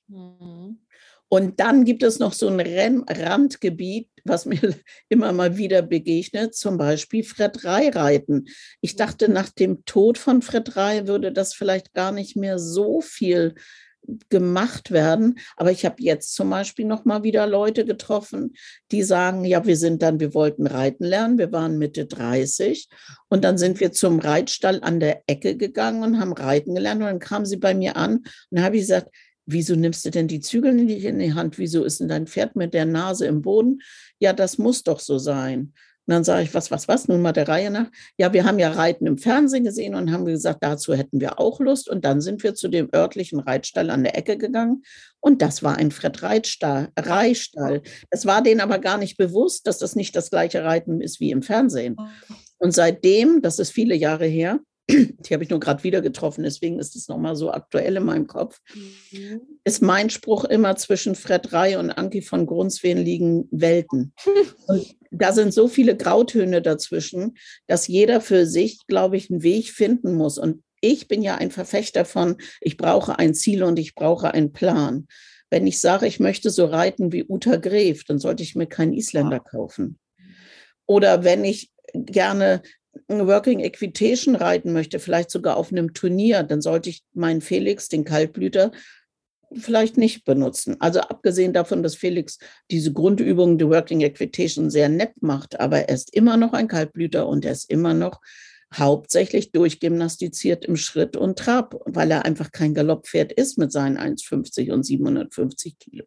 Und dann gibt es noch so ein Randgebiet, was mir immer mal wieder begegnet, zum Beispiel Fred-Rei-Reiten. Ich dachte, nach dem Tod von Fred Rei würde das vielleicht gar nicht mehr so viel gemacht werden. Aber ich habe jetzt zum Beispiel noch mal wieder Leute getroffen, die sagen, ja, wir wollten reiten lernen, wir waren Mitte 30 und dann sind wir zum Reitstall an der Ecke gegangen und haben reiten gelernt und dann kamen sie bei mir an und dann habe ich gesagt, wieso nimmst du denn die Zügel nicht in die Hand? Wieso ist denn dein Pferd mit der Nase im Boden? Ja, das muss doch so sein. Und dann sage ich, was, nun mal der Reihe nach. Ja, wir haben ja Reiten im Fernsehen gesehen und haben gesagt, dazu hätten wir auch Lust. Und dann sind wir zu dem örtlichen Reitstall an der Ecke gegangen. Und das war ein Fred-Rei-Stall. Das war denen aber gar nicht bewusst, dass das nicht das gleiche Reiten ist wie im Fernsehen. Und seitdem, das ist viele Jahre her, die habe ich nur gerade wieder getroffen, deswegen ist es nochmal so aktuell in meinem Kopf, ist mein Spruch immer, zwischen Fred Rei und Anki von Grunsven liegen Welten. Und da sind so viele Grautöne dazwischen, dass jeder für sich, glaube ich, einen Weg finden muss. Und ich bin ja ein Verfechter von, ich brauche ein Ziel und ich brauche einen Plan. Wenn ich sage, ich möchte so reiten wie Uta Gref, dann sollte ich mir keinen Isländer kaufen. Oder wenn ich gerne Working Equitation reiten möchte, vielleicht sogar auf einem Turnier, dann sollte ich meinen Felix, den Kaltblüter, vielleicht nicht benutzen. Also abgesehen davon, dass Felix diese Grundübungen der Working Equitation sehr nett macht, aber er ist immer noch ein Kaltblüter und er ist immer noch hauptsächlich durchgymnastiziert im Schritt und Trab, weil er einfach kein Galopppferd ist mit seinen 1,50 und 750 Kilo.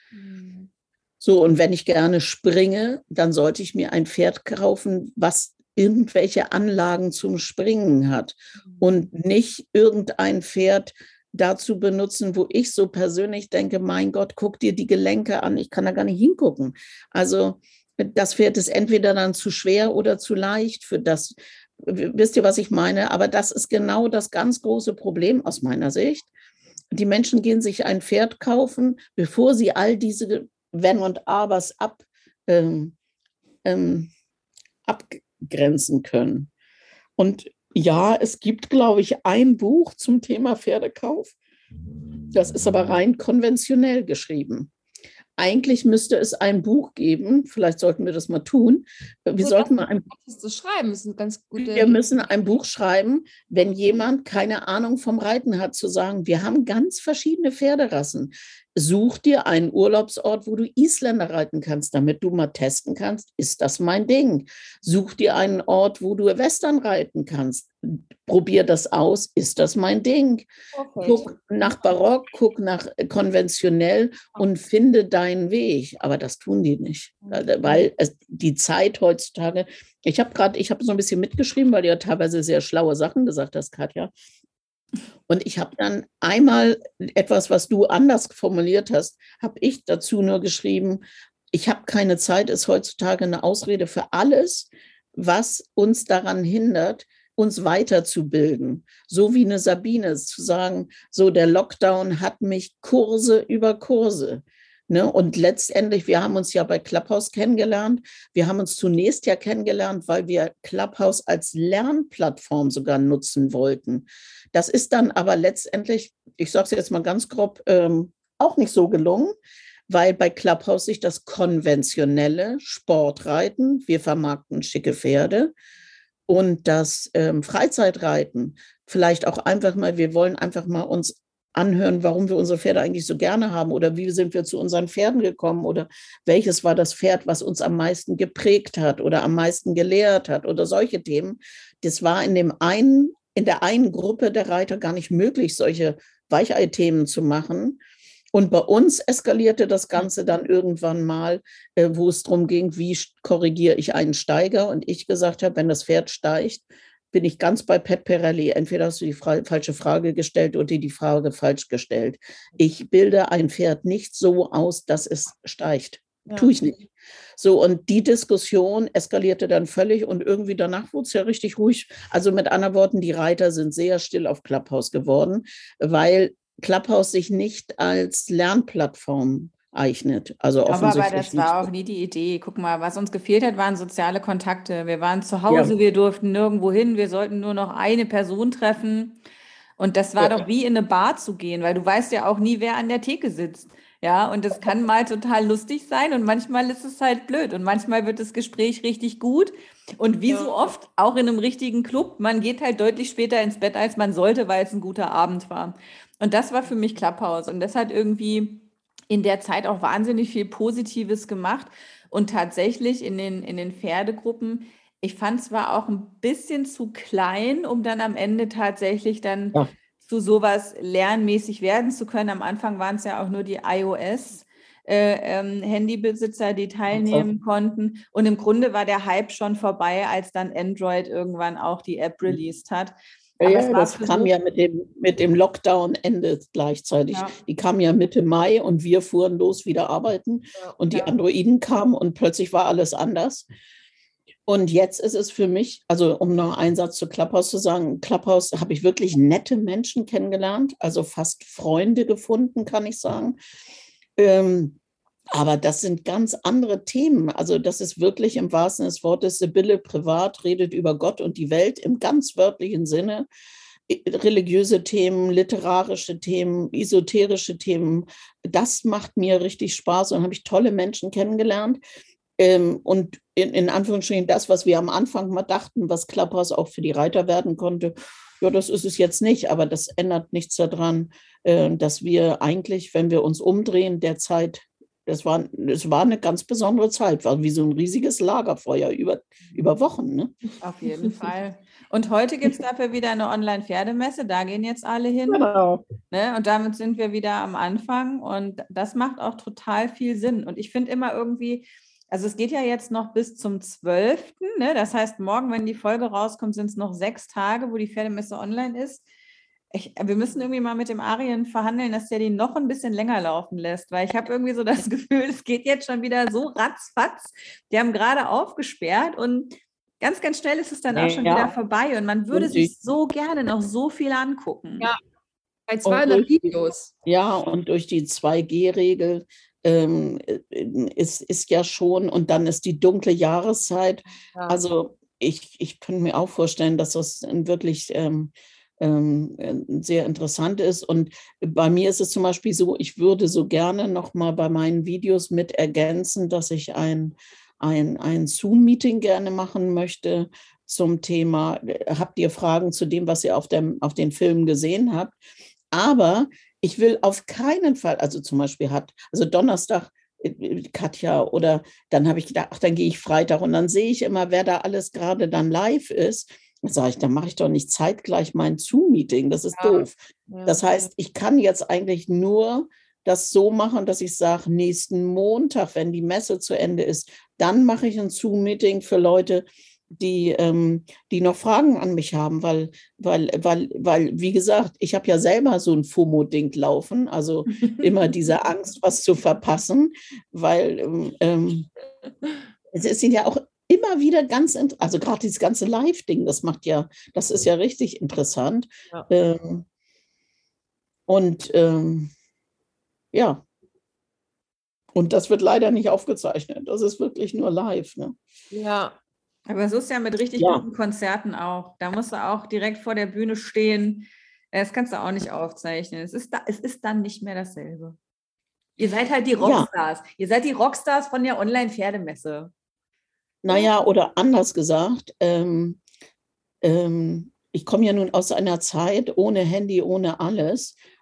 So, und wenn ich gerne springe, dann sollte ich mir ein Pferd kaufen, was irgendwelche Anlagen zum Springen hat und nicht irgendein Pferd dazu benutzen, wo ich so persönlich denke, mein Gott, guck dir die Gelenke an, ich kann da gar nicht hingucken. Also das Pferd ist entweder dann zu schwer oder zu leicht für das. Wisst ihr, was ich meine? Aber das ist genau das ganz große Problem aus meiner Sicht. Die Menschen gehen sich ein Pferd kaufen, bevor sie all diese Wenn und Abers abgrenzen können. Und ja, es gibt, glaube ich, ein Buch zum Thema Pferdekauf. Das ist aber rein konventionell geschrieben. Eigentlich müsste es ein Buch geben, vielleicht sollten wir das mal tun. Wir müssen ein Buch schreiben, wenn jemand keine Ahnung vom Reiten hat, zu sagen, wir haben ganz verschiedene Pferderassen. Such dir einen Urlaubsort, wo du Isländer reiten kannst, damit du mal testen kannst, ist das mein Ding. Such dir einen Ort, wo du Western reiten kannst. Probier das aus, ist das mein Ding. Okay. Guck nach Barock, guck nach konventionell und finde deinen Weg. Aber das tun die nicht, weil die Zeit heutzutage, ich habe so ein bisschen mitgeschrieben, weil du ja teilweise sehr schlaue Sachen gesagt hast, Katja. Und ich habe dann einmal etwas, was du anders formuliert hast, habe ich dazu nur geschrieben, ich habe keine Zeit, ist heutzutage eine Ausrede für alles, was uns daran hindert, uns weiterzubilden. So wie eine Sabine zu sagen, so der Lockdown hat mich Kurse über Kurse. Ne? Und letztendlich, wir haben uns ja bei Clubhouse kennengelernt. Wir haben uns zunächst ja kennengelernt, weil wir Clubhouse als Lernplattform sogar nutzen wollten. Das ist dann aber letztendlich, ich sage es jetzt mal ganz grob, auch nicht so gelungen, weil bei Clubhouse sich das konventionelle Sportreiten, wir vermarkten schicke Pferde, und das Freizeitreiten, vielleicht auch einfach mal, wir wollen einfach mal uns anhören, warum wir unsere Pferde eigentlich so gerne haben oder wie sind wir zu unseren Pferden gekommen oder welches war das Pferd, was uns am meisten geprägt hat oder am meisten gelehrt hat oder solche Themen. Das war in dem einen in der einen Gruppe der Reiter gar nicht möglich, solche Weichei-Themen zu machen. Und bei uns eskalierte das Ganze dann irgendwann mal, wo es darum ging, wie korrigiere ich einen Steiger. Und ich gesagt habe, wenn das Pferd steigt, bin ich ganz bei Pat Pirelli. Entweder hast du die falsche Frage gestellt oder die Frage falsch gestellt. Ich bilde ein Pferd nicht so aus, dass es steigt. Ja. Tue ich nicht. So, und die Diskussion eskalierte dann völlig und irgendwie danach wurde es ja richtig ruhig. Also mit anderen Worten, die Reiter sind sehr still auf Clubhouse geworden, weil Clubhouse sich nicht als Lernplattform eignet. Also offensichtlich aber das war auch nie die Idee. Guck mal, was uns gefehlt hat, waren soziale Kontakte. Wir waren zu Hause, wir durften nirgendwo hin, wir sollten nur noch eine Person treffen. Und das war doch wie in eine Bar zu gehen, weil du weißt ja auch nie, wer an der Theke sitzt. Ja, und das kann mal total lustig sein und manchmal ist es halt blöd und manchmal wird das Gespräch richtig gut. Und wie so oft, auch in einem richtigen Club, man geht halt deutlich später ins Bett, als man sollte, weil es ein guter Abend war. Und das war für mich Clubhouse und das hat irgendwie in der Zeit auch wahnsinnig viel Positives gemacht und tatsächlich in den Pferdegruppen, ich fand es war auch ein bisschen zu klein, um dann am Ende tatsächlich dann zu sowas lernmäßig werden zu können. Am Anfang waren es ja auch nur die iOS Handybesitzer, die teilnehmen konnten. Und im Grunde war der Hype schon vorbei, als dann Android irgendwann auch die App released hat. Ja, das kam ja mit dem Lockdown-Ende gleichzeitig. Ja. Die kamen ja Mitte Mai und wir fuhren los wieder arbeiten und die Androiden kamen und plötzlich war alles anders. Und jetzt ist es für mich, also um noch einen Satz zu Clubhouse zu sagen, Clubhouse habe ich wirklich nette Menschen kennengelernt, also fast Freunde gefunden, kann ich sagen. Aber das sind ganz andere Themen. Also das ist wirklich im wahrsten Sinne des Wortes, Sibylle privat redet über Gott und die Welt im ganz wörtlichen Sinne. Religiöse Themen, literarische Themen, esoterische Themen. Das macht mir richtig Spaß und habe ich tolle Menschen kennengelernt. Und in Anführungsstrichen das, was wir am Anfang mal dachten, was Clubhouse auch für die Reiter werden konnte, ja, das ist es jetzt nicht, aber das ändert nichts daran, dass wir eigentlich, wenn wir uns umdrehen, derzeit, es war eine ganz besondere Zeit, war wie so ein riesiges Lagerfeuer über Wochen. Ne? Auf jeden Fall. Und heute gibt es dafür wieder eine Online-Pferdemesse, da gehen jetzt alle hin. Genau. Ne? Und damit sind wir wieder am Anfang und das macht auch total viel Sinn. Und ich finde immer irgendwie, also es geht ja jetzt noch bis zum 12., ne? Das heißt, morgen, wenn die Folge rauskommt, sind es noch 6 Tage, wo die Pferdemesse online ist. Wir müssen irgendwie mal mit dem Arjen verhandeln, dass der die noch ein bisschen länger laufen lässt, weil ich habe irgendwie so das Gefühl, es geht jetzt schon wieder so ratzfatz. Die haben gerade aufgesperrt und ganz, ganz schnell ist es dann auch schon wieder vorbei und man würde sich so gerne noch so viel angucken. Ja, bei 200 Videos. Ja, und durch die 2G-Regel ist ja schon, und dann ist die dunkle Jahreszeit. Ja. Also ich könnte mir auch vorstellen, dass das wirklich sehr interessant ist. Und bei mir ist es zum Beispiel so, ich würde so gerne noch mal bei meinen Videos mit ergänzen, dass ich ein Zoom-Meeting gerne machen möchte zum Thema, habt ihr Fragen zu dem, was ihr auf den Filmen gesehen habt? Aber ich will auf keinen Fall, also zum Beispiel Donnerstag Katja oder dann habe ich gedacht, ach, dann gehe ich Freitag und dann sehe ich immer, wer da alles gerade dann live ist. Dann sage ich, dann mache ich doch nicht zeitgleich mein Zoom-Meeting, das ist doof. Ja. Das heißt, ich kann jetzt eigentlich nur das so machen, dass ich sage, nächsten Montag, wenn die Messe zu Ende ist, dann mache ich ein Zoom-Meeting für Leute, die noch Fragen an mich haben, weil wie gesagt, ich habe ja selber so ein FOMO-Ding laufen, also immer diese Angst, was zu verpassen, weil es ist ja auch immer wieder also gerade dieses ganze Live-Ding, das ist ja richtig interessant. Ja. Ja. Und das wird leider nicht aufgezeichnet. Das ist wirklich nur live. Ne? Ja. Aber so ist ja mit richtig guten Konzerten auch. Da musst du auch direkt vor der Bühne stehen. Das kannst du auch nicht aufzeichnen. Es ist dann nicht mehr dasselbe. Ihr seid halt die Rockstars. Ja. Ihr seid die Rockstars von der Online-Pferdemesse. Naja, oder anders gesagt, ich komme ja nun aus einer Zeit ohne Handy, ohne alles.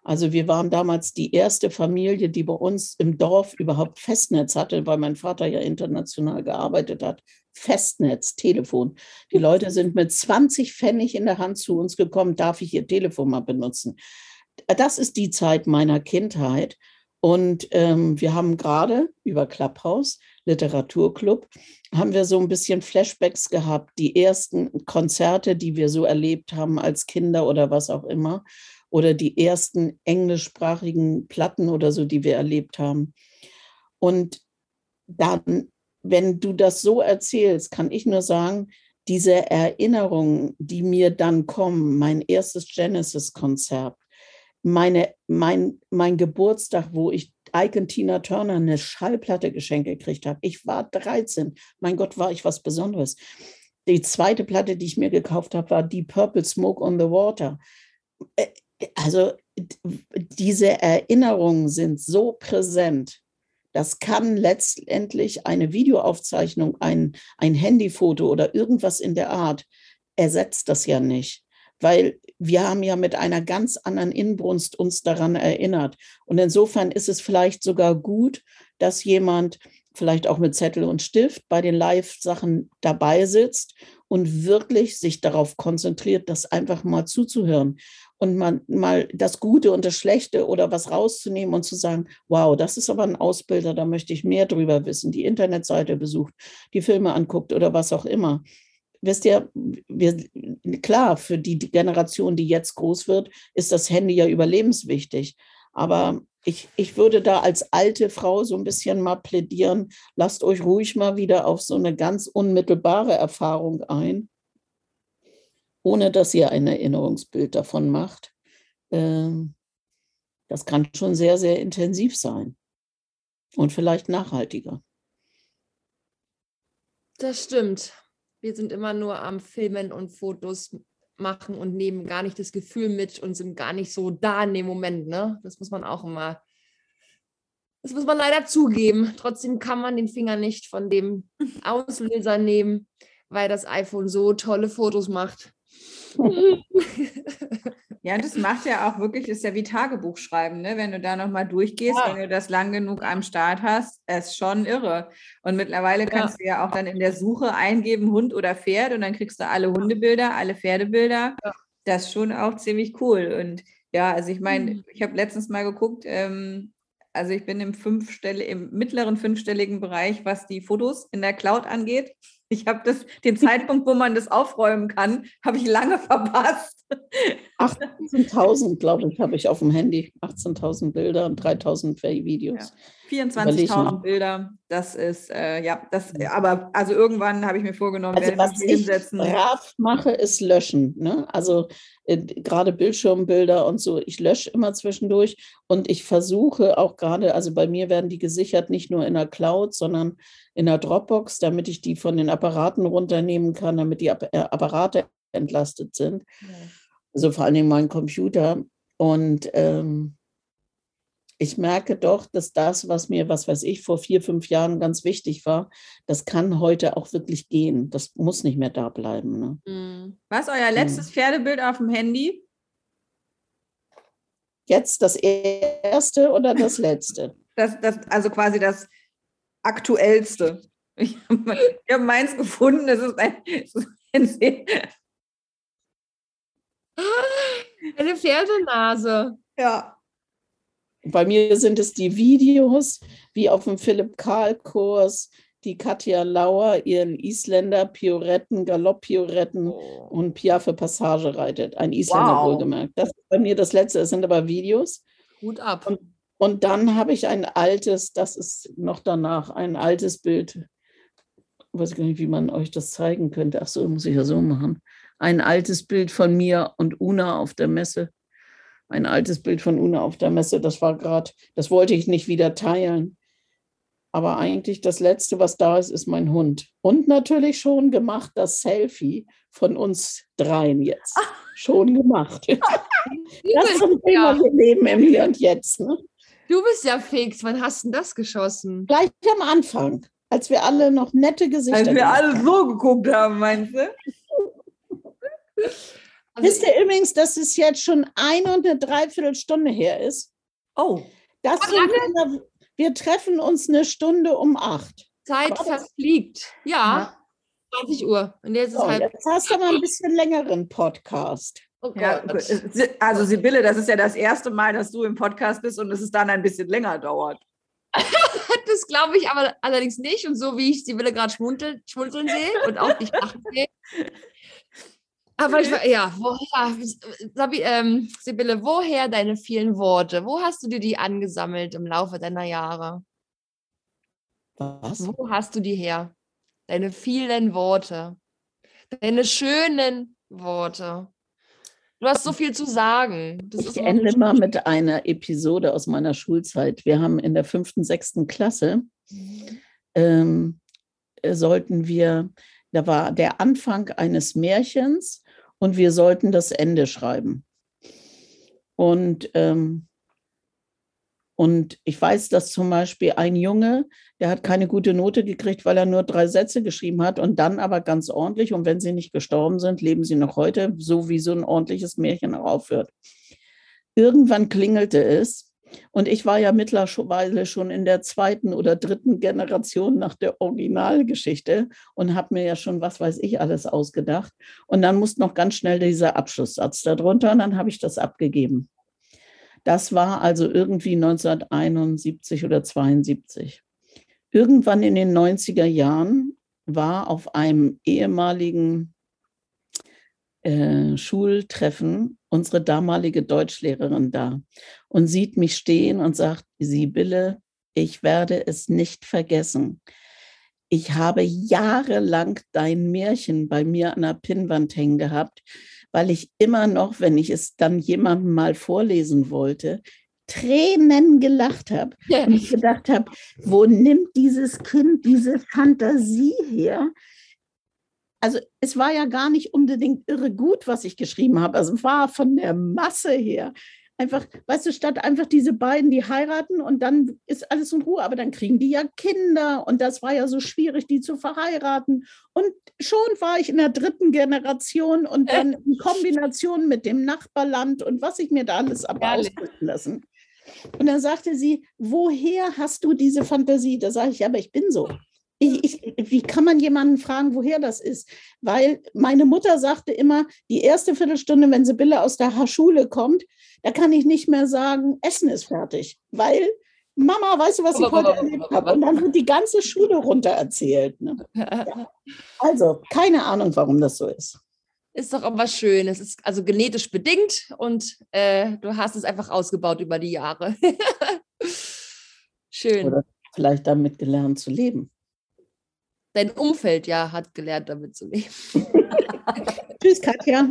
Also wir waren damals die erste Familie, die bei uns im Dorf überhaupt Festnetz hatte, weil mein Vater ja international gearbeitet hat. Festnetz, Telefon. Die Leute sind mit 20 Pfennig in der Hand zu uns gekommen, darf ich Ihr Telefon mal benutzen? Das ist die Zeit meiner Kindheit. Und wir haben gerade über Clubhouse, Literaturclub, haben wir so ein bisschen Flashbacks gehabt, die ersten Konzerte, die wir so erlebt haben als Kinder oder was auch immer, oder die ersten englischsprachigen Platten oder so, die wir erlebt haben. Und dann, wenn du das so erzählst, kann ich nur sagen, diese Erinnerungen, die mir dann kommen, mein erstes Genesis-Konzert, mein Geburtstag, wo ich Ike und Tina Turner eine Schallplatte geschenkt gekriegt habe. Ich war 13. Mein Gott, war ich was Besonderes. Die zweite Platte, die ich mir gekauft habe, war Deep Purple, Smoke on the Water. Also diese Erinnerungen sind so präsent. Das kann letztendlich eine Videoaufzeichnung, ein Handyfoto oder irgendwas in der Art ersetzt das ja nicht. Weil wir haben ja mit einer ganz anderen Inbrunst uns daran erinnert. Und insofern ist es vielleicht sogar gut, dass jemand vielleicht auch mit Zettel und Stift bei den Live-Sachen dabei sitzt und wirklich sich darauf konzentriert, das einfach mal zuzuhören und mal das Gute und das Schlechte oder was rauszunehmen und zu sagen, wow, das ist aber ein Ausbilder, da möchte ich mehr drüber wissen, die Internetseite besucht, die Filme anguckt oder was auch immer. Wisst ihr, klar, für die Generation, die jetzt groß wird, ist das Handy ja überlebenswichtig. Aber ich würde da als alte Frau so ein bisschen mal plädieren, lasst euch ruhig mal wieder auf so eine ganz unmittelbare Erfahrung ein, ohne dass ihr ein Erinnerungsbild davon macht. Das kann schon sehr, sehr intensiv sein und vielleicht nachhaltiger. Das stimmt. Wir sind immer nur am Filmen und Fotos machen und nehmen gar nicht das Gefühl mit und sind gar nicht so da in dem Moment, ne? Das muss man auch immer, das muss man leider zugeben. Trotzdem kann man den Finger nicht von dem Auslöser nehmen, weil das iPhone so tolle Fotos macht. Ja, das macht ja auch wirklich, ist ja wie Tagebuch schreiben, ne? Wenn du da nochmal durchgehst, Ja. wenn du das lang genug am Start hast, ist schon irre. Und mittlerweile kannst du ja auch dann in der Suche eingeben, Hund oder Pferd, und dann kriegst du alle Hundebilder, alle Pferdebilder. Ja. Das ist schon auch ziemlich cool. Und ja, also ich meine, ich habe letztens mal geguckt, also ich bin im mittleren fünfstelligen Bereich, was die Fotos in der Cloud angeht. Ich habe den Zeitpunkt, wo man das aufräumen kann, habe ich lange verpasst. 18.000, glaube ich, habe ich auf dem Handy. 18.000 Bilder und 3.000 Videos. Ja. 24.000 Bilder, das ist, aber also irgendwann habe ich mir vorgenommen, also werde ich mich hinsetzen. Was ich brav mache, ist löschen. Ne? Also gerade Bildschirmbilder und so, ich lösche immer zwischendurch und ich versuche auch gerade, also bei mir werden die gesichert nicht nur in der Cloud, sondern in der Dropbox, damit ich die von den Apparaten runternehmen kann, damit die Apparate entlastet sind. Ja. Also vor allem mein Computer. Und ich merke doch, dass das, was mir, was weiß ich, vor 4, 5 Jahren ganz wichtig war, das kann heute auch wirklich gehen. Das muss nicht mehr da bleiben. Ne? Was ist euer letztes Pferdebild auf dem Handy? Jetzt das erste oder das letzte? Also quasi das aktuellste. Ich habe meins gefunden. Das ist eine Pferdenase. Ja. Bei mir sind es die Videos, wie auf dem Philipp-Karl-Kurs, die Katja Lauer ihren Isländer Pioretten, Galopp-Pioretten und Piaffe Passage reitet. Ein Isländer wohlgemerkt. Das ist bei mir das letzte, es sind aber Videos. Hut ab. Und dann habe ich ein altes, das ist noch danach, ein altes Bild. Ich weiß gar nicht, wie man euch das zeigen könnte. Ach so, muss ich ja so machen. Ein altes Bild von mir und Una auf der Messe. Ein altes Bild von Una auf der Messe, das wollte ich nicht wieder teilen. Aber eigentlich das Letzte, was da ist, ist mein Hund. Und natürlich schon gemacht das Selfie von uns dreien jetzt. Schon gemacht. Das ist ein Thema, wir leben im Hier und Jetzt. Ne? Du bist ja fix. Wann hast du das geschossen? Gleich am Anfang, als wir alle noch nette Gesichter hatten. Als wir alle so geguckt haben, meinst du? Also, Wisst ihr übrigens, dass es jetzt schon 1,75 Stunde her ist? Oh, Das wir treffen uns 1 Stunde um 8. Zeit verfliegt. Ja, 20 Uhr. Und jetzt ist So, jetzt hast du mal ein bisschen längeren Podcast. Oh ja, Gott. also Sibylle, das ist ja das erste Mal, dass du im Podcast bist und es dann ein bisschen länger dauert. Das glaube ich aber allerdings nicht. Und so wie ich Sibylle gerade schmunzeln sehe und auch dich lachen sehe. Aber Sibylle, woher deine vielen Worte? Wo hast du dir die angesammelt im Laufe deiner Jahre? Was? Wo hast du die her? Deine vielen Worte. Deine schönen Worte. Du hast so viel zu sagen. Ich ende mal mit einer Episode aus meiner Schulzeit. Wir haben in der 5., 6. Klasse, da war der Anfang eines Märchens und wir sollten das Ende schreiben. Und ich weiß, dass zum Beispiel ein Junge, der hat keine gute Note gekriegt, weil er nur 3 Sätze geschrieben hat und dann aber ganz ordentlich. Und wenn sie nicht gestorben sind, leben sie noch heute, so wie so ein ordentliches Märchen auch aufhört. Irgendwann klingelte es und ich war ja mittlerweile schon in der 2. oder 3. Generation nach der Originalgeschichte und habe mir ja schon, was weiß ich, alles ausgedacht. Und dann musste noch ganz schnell dieser Abschlusssatz darunter und dann habe ich das abgegeben. Das war also irgendwie 1971 oder 72. Irgendwann in den 90er Jahren war auf einem ehemaligen Schultreffen unsere damalige Deutschlehrerin da und sieht mich stehen und sagt, Sibylle, ich werde es nicht vergessen. Ich habe jahrelang dein Märchen bei mir an der Pinnwand hängen gehabt, weil ich immer noch, wenn ich es dann jemandem mal vorlesen wollte, Tränen gelacht habe. Und ich gedacht habe, wo nimmt dieses Kind diese Fantasie her? Also es war ja gar nicht unbedingt irre gut, was ich geschrieben habe. Also es war von der Masse her. Einfach, weißt du, statt einfach diese beiden, die heiraten und dann ist alles in Ruhe, aber dann kriegen die ja Kinder und das war ja so schwierig, die zu verheiraten. Und schon war ich in der 3. Generation und dann in Kombination mit dem Nachbarland und was ich mir da alles aber ausdrücken lassen. Und dann sagte sie, woher hast du diese Fantasie? Da sage ich, ja, aber ich bin so. Wie kann man jemanden fragen, woher das ist? Weil meine Mutter sagte immer, die erste Viertelstunde, wenn Sibylle aus der Schule kommt, da kann ich nicht mehr sagen, Essen ist fertig. Weil, Mama, weißt du, was ich heute erlebt habe? Und dann wird die ganze Schule runter erzählt. Ne? Ja. Also, keine Ahnung, warum das so ist. Ist doch aber schön. Es ist also genetisch bedingt und du hast es einfach ausgebaut über die Jahre. Schön. Oder vielleicht damit gelernt zu leben. Dein Umfeld hat gelernt, damit zu leben. Tschüss, Katja.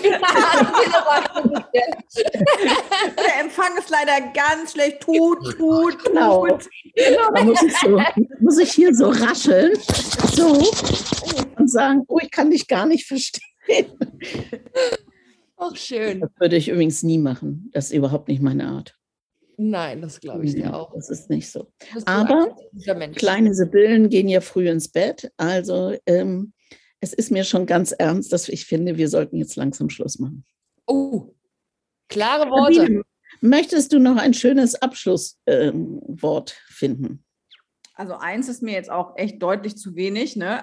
Der Empfang ist leider ganz schlecht. Tut. Genau. Da muss ich hier so rascheln so, und sagen, oh, ich kann dich gar nicht verstehen. Ach, schön. Das würde ich übrigens nie machen. Das ist überhaupt nicht meine Art. Nein, das glaube ich dir auch. Das ist nicht so. Aber kleine Sibyllen gehen ja früh ins Bett. Also es ist mir schon ganz ernst, dass ich finde, wir sollten jetzt langsam Schluss machen. Oh, klare Worte. Sabine, möchtest du noch ein schönes Abschlusswort finden? Also eins ist mir jetzt auch echt deutlich zu wenig, ne?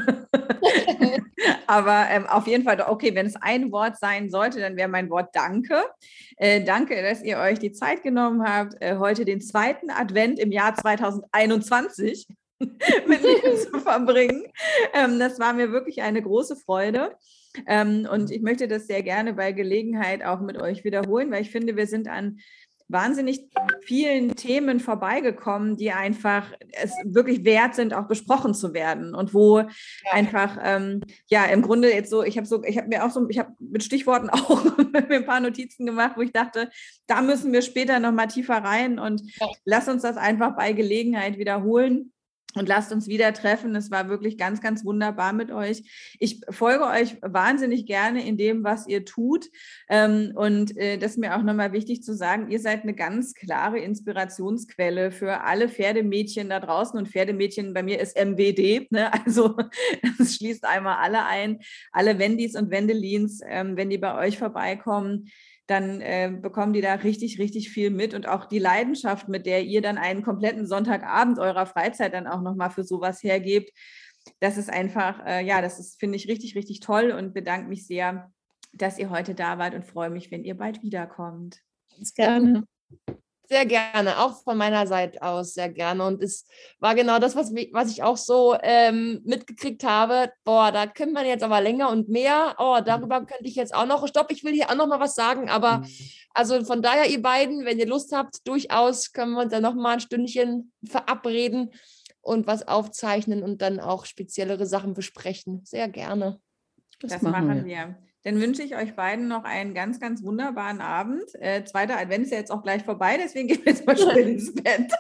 Aber auf jeden Fall, okay, wenn es ein Wort sein sollte, dann wäre mein Wort Danke. Danke, dass ihr euch die Zeit genommen habt, heute den 2. Advent im Jahr 2021 mit mir zu verbringen. Das war mir wirklich eine große Freude. Und ich möchte das sehr gerne bei Gelegenheit auch mit euch wiederholen, weil ich finde, wir sind an wahnsinnig vielen Themen vorbeigekommen, die einfach es wirklich wert sind, auch besprochen zu werden und wo einfach im Grunde jetzt so, ich habe mit Stichworten auch mir ein paar Notizen gemacht, wo ich dachte, da müssen wir später noch mal tiefer rein und lass uns das einfach bei Gelegenheit wiederholen. Und lasst uns wieder treffen. Es war wirklich ganz, ganz wunderbar mit euch. Ich folge euch wahnsinnig gerne in dem, was ihr tut. Und das ist mir auch nochmal wichtig zu sagen, ihr seid eine ganz klare Inspirationsquelle für alle Pferdemädchen da draußen. Und Pferdemädchen bei mir ist MWD. Ne? Also das schließt einmal alle ein. Alle Wendys und Wendelins, wenn die bei euch vorbeikommen, dann bekommen die da richtig, richtig viel mit und auch die Leidenschaft, mit der ihr dann einen kompletten Sonntagabend eurer Freizeit dann auch nochmal für sowas hergebt. Das ist einfach, das ist, finde ich, richtig, richtig toll und bedanke mich sehr, dass ihr heute da wart und freue mich, wenn ihr bald wiederkommt. Ganz gerne. Sehr gerne, auch von meiner Seite aus sehr gerne. Und es war genau das, was ich auch so mitgekriegt habe. Boah, da könnte man jetzt aber länger und mehr. Oh, darüber könnte ich jetzt auch noch. Stopp, ich will hier auch noch mal was sagen. Aber also von daher, ihr beiden, wenn ihr Lust habt, durchaus können wir uns dann noch mal ein Stündchen verabreden und was aufzeichnen und dann auch speziellere Sachen besprechen. Sehr gerne. Das machen wir. Dann wünsche ich euch beiden noch einen ganz, ganz wunderbaren Abend. Zweiter Advent ist ja jetzt auch gleich vorbei, deswegen gehen wir jetzt mal schnell ins Bett.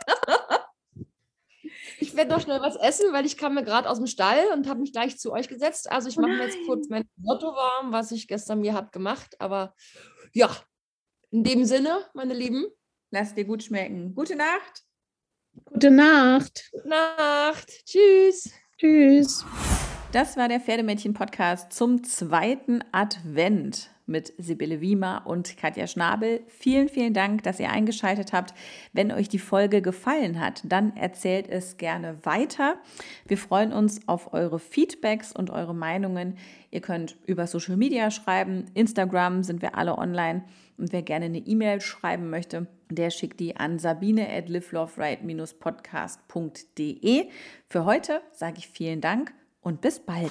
Ich werde noch schnell was essen, weil ich kam mir gerade aus dem Stall und habe mich gleich zu euch gesetzt. Also ich mache mir jetzt kurz mein Risotto warm, was ich gestern mir habe gemacht. Aber ja, in dem Sinne, meine Lieben. Lass dir gut schmecken. Gute Nacht. Gute Nacht. Gute Nacht. Tschüss. Tschüss. Das war der Pferdemädchen-Podcast zum zweiten Advent mit Sibylle Wiemer und Katja Schnabel. Vielen, vielen Dank, dass ihr eingeschaltet habt. Wenn euch die Folge gefallen hat, dann erzählt es gerne weiter. Wir freuen uns auf eure Feedbacks und eure Meinungen. Ihr könnt über Social Media schreiben. Instagram sind wir alle online. Und wer gerne eine E-Mail schreiben möchte, der schickt die an sabine@liveloveright-podcast.de. Für heute sage ich vielen Dank und bis bald.